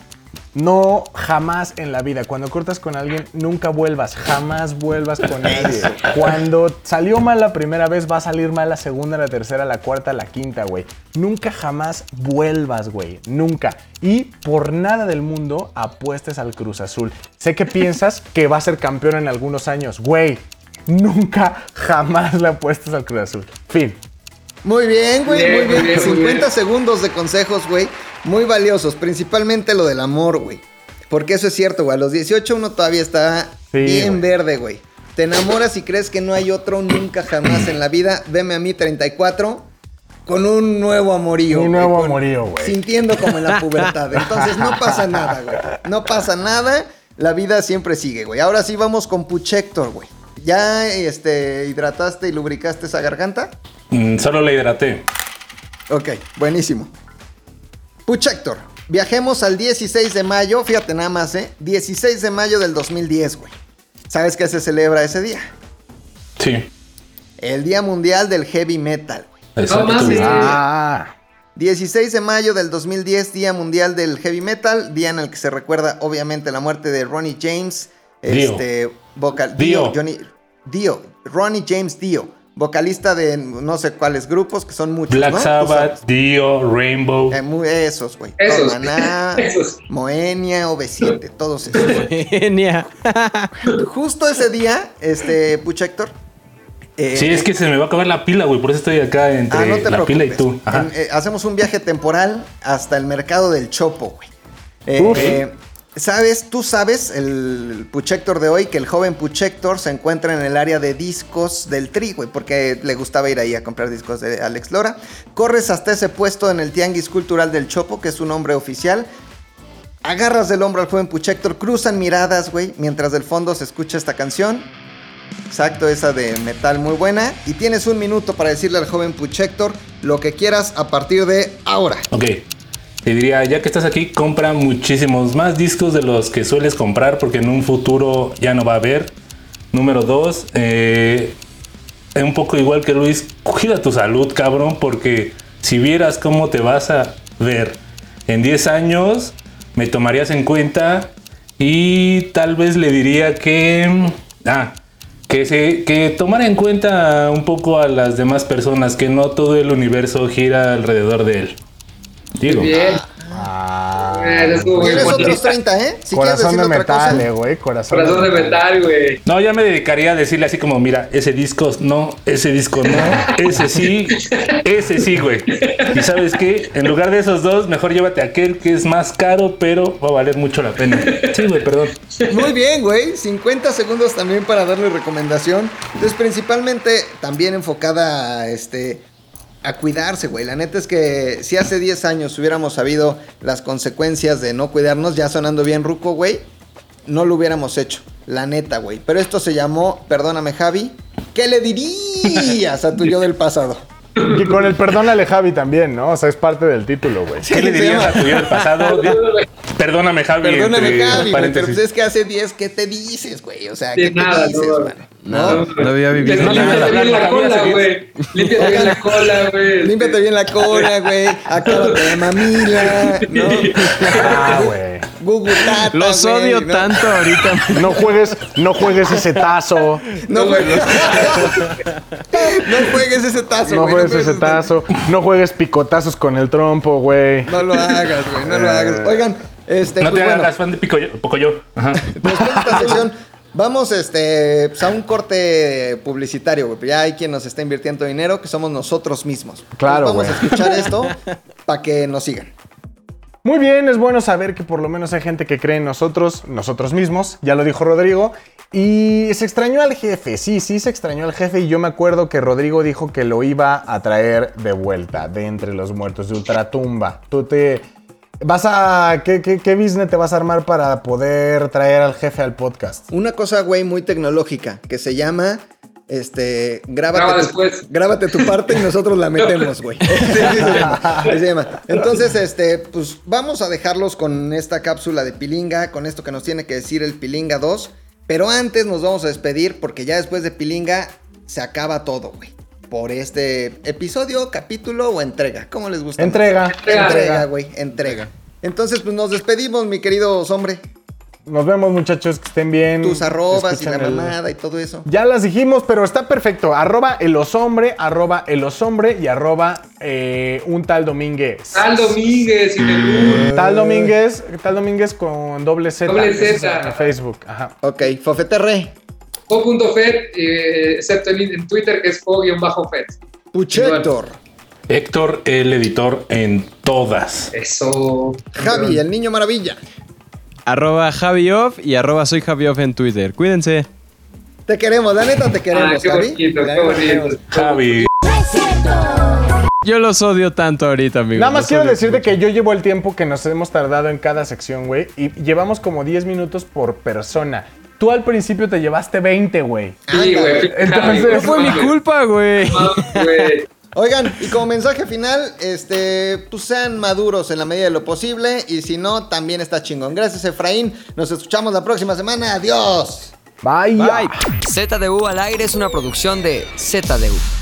no jamás en la vida, cuando cortas con alguien, nunca vuelvas. Jamás vuelvas con nadie. Cuando salió mal la primera vez, va a salir mal la segunda, la tercera, la cuarta, la quinta, güey. Nunca jamás vuelvas, güey. Nunca. Y por nada del mundo apuestes al Cruz Azul. Sé que piensas que va a ser campeón en algunos años. Güey, nunca jamás le apuestes al Cruz Azul. Fin. Muy bien, güey, Bien, muy bien. muy bien, muy cincuenta bien. segundos de consejos, güey. Muy valiosos, principalmente lo del amor, güey. Porque eso es cierto, güey. A los dieciocho uno todavía está Sí, bien güey. verde, güey. Te enamoras y crees que no hay otro nunca jamás en la vida. Veme a mí, treinta y cuatro, con un nuevo amorío. Un güey, nuevo con- amorío, güey. Sintiendo como en la pubertad. Entonces no pasa nada, güey. No pasa nada. La vida siempre sigue, güey. Ahora sí vamos con Puchector, güey. ¿Ya este, hidrataste y lubricaste esa garganta? Mm, solo le hidraté. Ok, buenísimo. Puchector, viajemos al dieciséis de mayo, fíjate nada más, ¿eh? dieciséis de mayo del dos mil diez, güey. ¿Sabes qué se celebra ese día? Sí. El Día Mundial del Heavy Metal. Exacto. No mames. Ah, dieciséis de mayo del dos mil diez, Día Mundial del Heavy Metal, día en el que se recuerda obviamente la muerte de Ronnie James, Dio. este vocal Dio. Dio, Johnny Dio, Ronnie James Dio, vocalista de no sé cuáles grupos, que son muchos, Black ¿no? Sabbath, Tú sabes. Dio, Rainbow. Eh, muy- esos, güey. Esos. Maná, Esos. Moenia, O V siete, todos esos. Genia. Justo ese día, este, Puchector. eh, Sí, es que se me va a acabar la pila, güey. Por eso estoy acá entre Ah, no te la pila y preocupes. tú. Ajá. En- eh, hacemos un viaje temporal hasta el mercado del Chopo, güey. Eh, Uf. eh, ¿Sabes? Tú sabes, el Puchector de hoy, que el joven Puchector se encuentra en el área de discos del Tri, güey, porque le gustaba ir ahí a comprar discos de Alex Lora. Corres hasta ese puesto en el Tianguis Cultural del Chopo, que es su nombre oficial. Agarras del hombro al joven Puchector, cruzan miradas, güey, mientras del fondo se escucha esta canción. Exacto, esa de metal muy buena. Y tienes un minuto para decirle al joven Puchector lo que quieras a partir de ahora. Ok. Te diría, ya que estás aquí, compra muchísimos más discos de los que sueles comprar porque en un futuro ya no va a haber. Número dos, eh, un poco igual que Luis, cuida tu salud, cabrón, porque si vieras cómo te vas a ver en diez años, me tomarías en cuenta y tal vez le diría que... Ah, que, se, que tomara en cuenta un poco a las demás personas, que no todo el universo gira alrededor de él. Digo. Bien. ah. Eh, estuvo muy Tienes bonito. otros treinta, ¿eh? Si Corazón quieres de decir otra metal, cosa. eh, güey. Corazón, Corazón de metal, güey. No, ya me dedicaría a decirle así como, mira, ese disco no, ese disco no, ese sí, ese sí, güey. Y ¿sabes qué? En lugar de esos dos, mejor llévate aquel que es más caro, pero va a valer mucho la pena. Sí, güey, perdón. Muy bien, güey. cincuenta segundos también para darle recomendación. Entonces, principalmente también enfocada a, este, a cuidarse, güey. La neta es que si hace diez años hubiéramos sabido las consecuencias de no cuidarnos, ya sonando bien ruco, güey, no lo hubiéramos hecho. La neta, güey. Pero esto se llamó, perdóname, Javi, ¿qué le dirías a tu yo del pasado? Y con el perdónale, Javi, también, ¿no? O sea, es parte del título, güey. ¿Qué le dirías a tu yo del pasado? Perdóname, Javi. Perdóname, entre Javi, güey, paréntesis. pero pues es que hace diez, ¿qué te dices, güey? O sea, De ¿qué te nada, dices, no, mano? No, ¿No? no había vivido Límpiate nada. bien la cola, güey. Límpiate bien la cola, güey. Límpiate bien la cola, güey. Acábate de mamila, ¿no? Ah, güey. Gugutata, Los güey, odio ¿no? tanto ahorita. No juegues, no juegues ese tazo. No juegues. No juegues ese tazo, No güey. juegues ese tazo. No juegues picotazos con el trompo, güey. No lo hagas, güey. No lo hagas. Oigan, este, No pues te bueno, hagas fan de Pico yo. Poco yo. Ajá. después de esta sección, vamos este, pues, a un corte publicitario, güey. Ya hay quien nos está invirtiendo dinero, que somos nosotros mismos. Claro, Entonces, vamos güey. a escuchar esto para que nos sigan. Muy bien, es bueno saber que por lo menos hay gente que cree en nosotros, nosotros mismos, ya lo dijo Rodrigo. Y se extrañó al jefe, sí, sí se extrañó al jefe y yo me acuerdo que Rodrigo dijo que lo iba a traer de vuelta, de entre los muertos, de Ultratumba. Tú te... ¿Vas a... ¿Qué, qué, qué business te vas a armar para poder traer al jefe al podcast? Una cosa, güey, muy tecnológica, que se llama... Este, grábate, Graba tu, después. grábate tu parte y nosotros la metemos, güey. Sí, sí, se llama, así se llama. Entonces, este, pues vamos a dejarlos con esta cápsula de Pilinga, con esto que nos tiene que decir el Pilinga dos. Pero antes nos vamos a despedir porque ya después de Pilinga se acaba todo, güey. Por este episodio, capítulo o entrega. ¿Cómo les gusta? Entrega. Entrega, entrega, güey. Entrega. Entonces, pues nos despedimos, mi querido hombre. Nos vemos, muchachos, que estén bien. Tus arrobas y la el... mamada y todo eso. Ya las dijimos, pero está perfecto. Arroba elosombre, arroba elosombre y arroba eh, un tal Domínguez. Tal Domínguez, sin el uh, Tal Domínguez, tal Domínguez con doble Z. Doble Z. En Facebook, ajá. Ok, Fofeterre. Fo.fet, eh, excepto en, en Twitter que es fo-fet. Puchector. Héctor, el editor en todas. Eso. Javi, el niño maravilla. Arroba Javioff y arroba soy Javioff en Twitter. Cuídense. Te queremos, la neta te queremos, ah, qué Javi. Bonito, la qué bonito. Javi. Yo los odio tanto ahorita, amigos. Nada más los quiero odio decirte mucho. que yo llevo el tiempo que nos hemos tardado en cada sección, güey. Y llevamos como diez minutos por persona. Tú al principio te llevaste veinte, güey. Sí, güey. Entonces, no fue mi culpa, güey. Oigan, y como mensaje final, este, pues sean maduros en la medida de lo posible. Y si no, también está chingón. Gracias, Efraín. Nos escuchamos la próxima semana. Adiós. Bye. Bye. Z D U al aire es una producción de Z D U.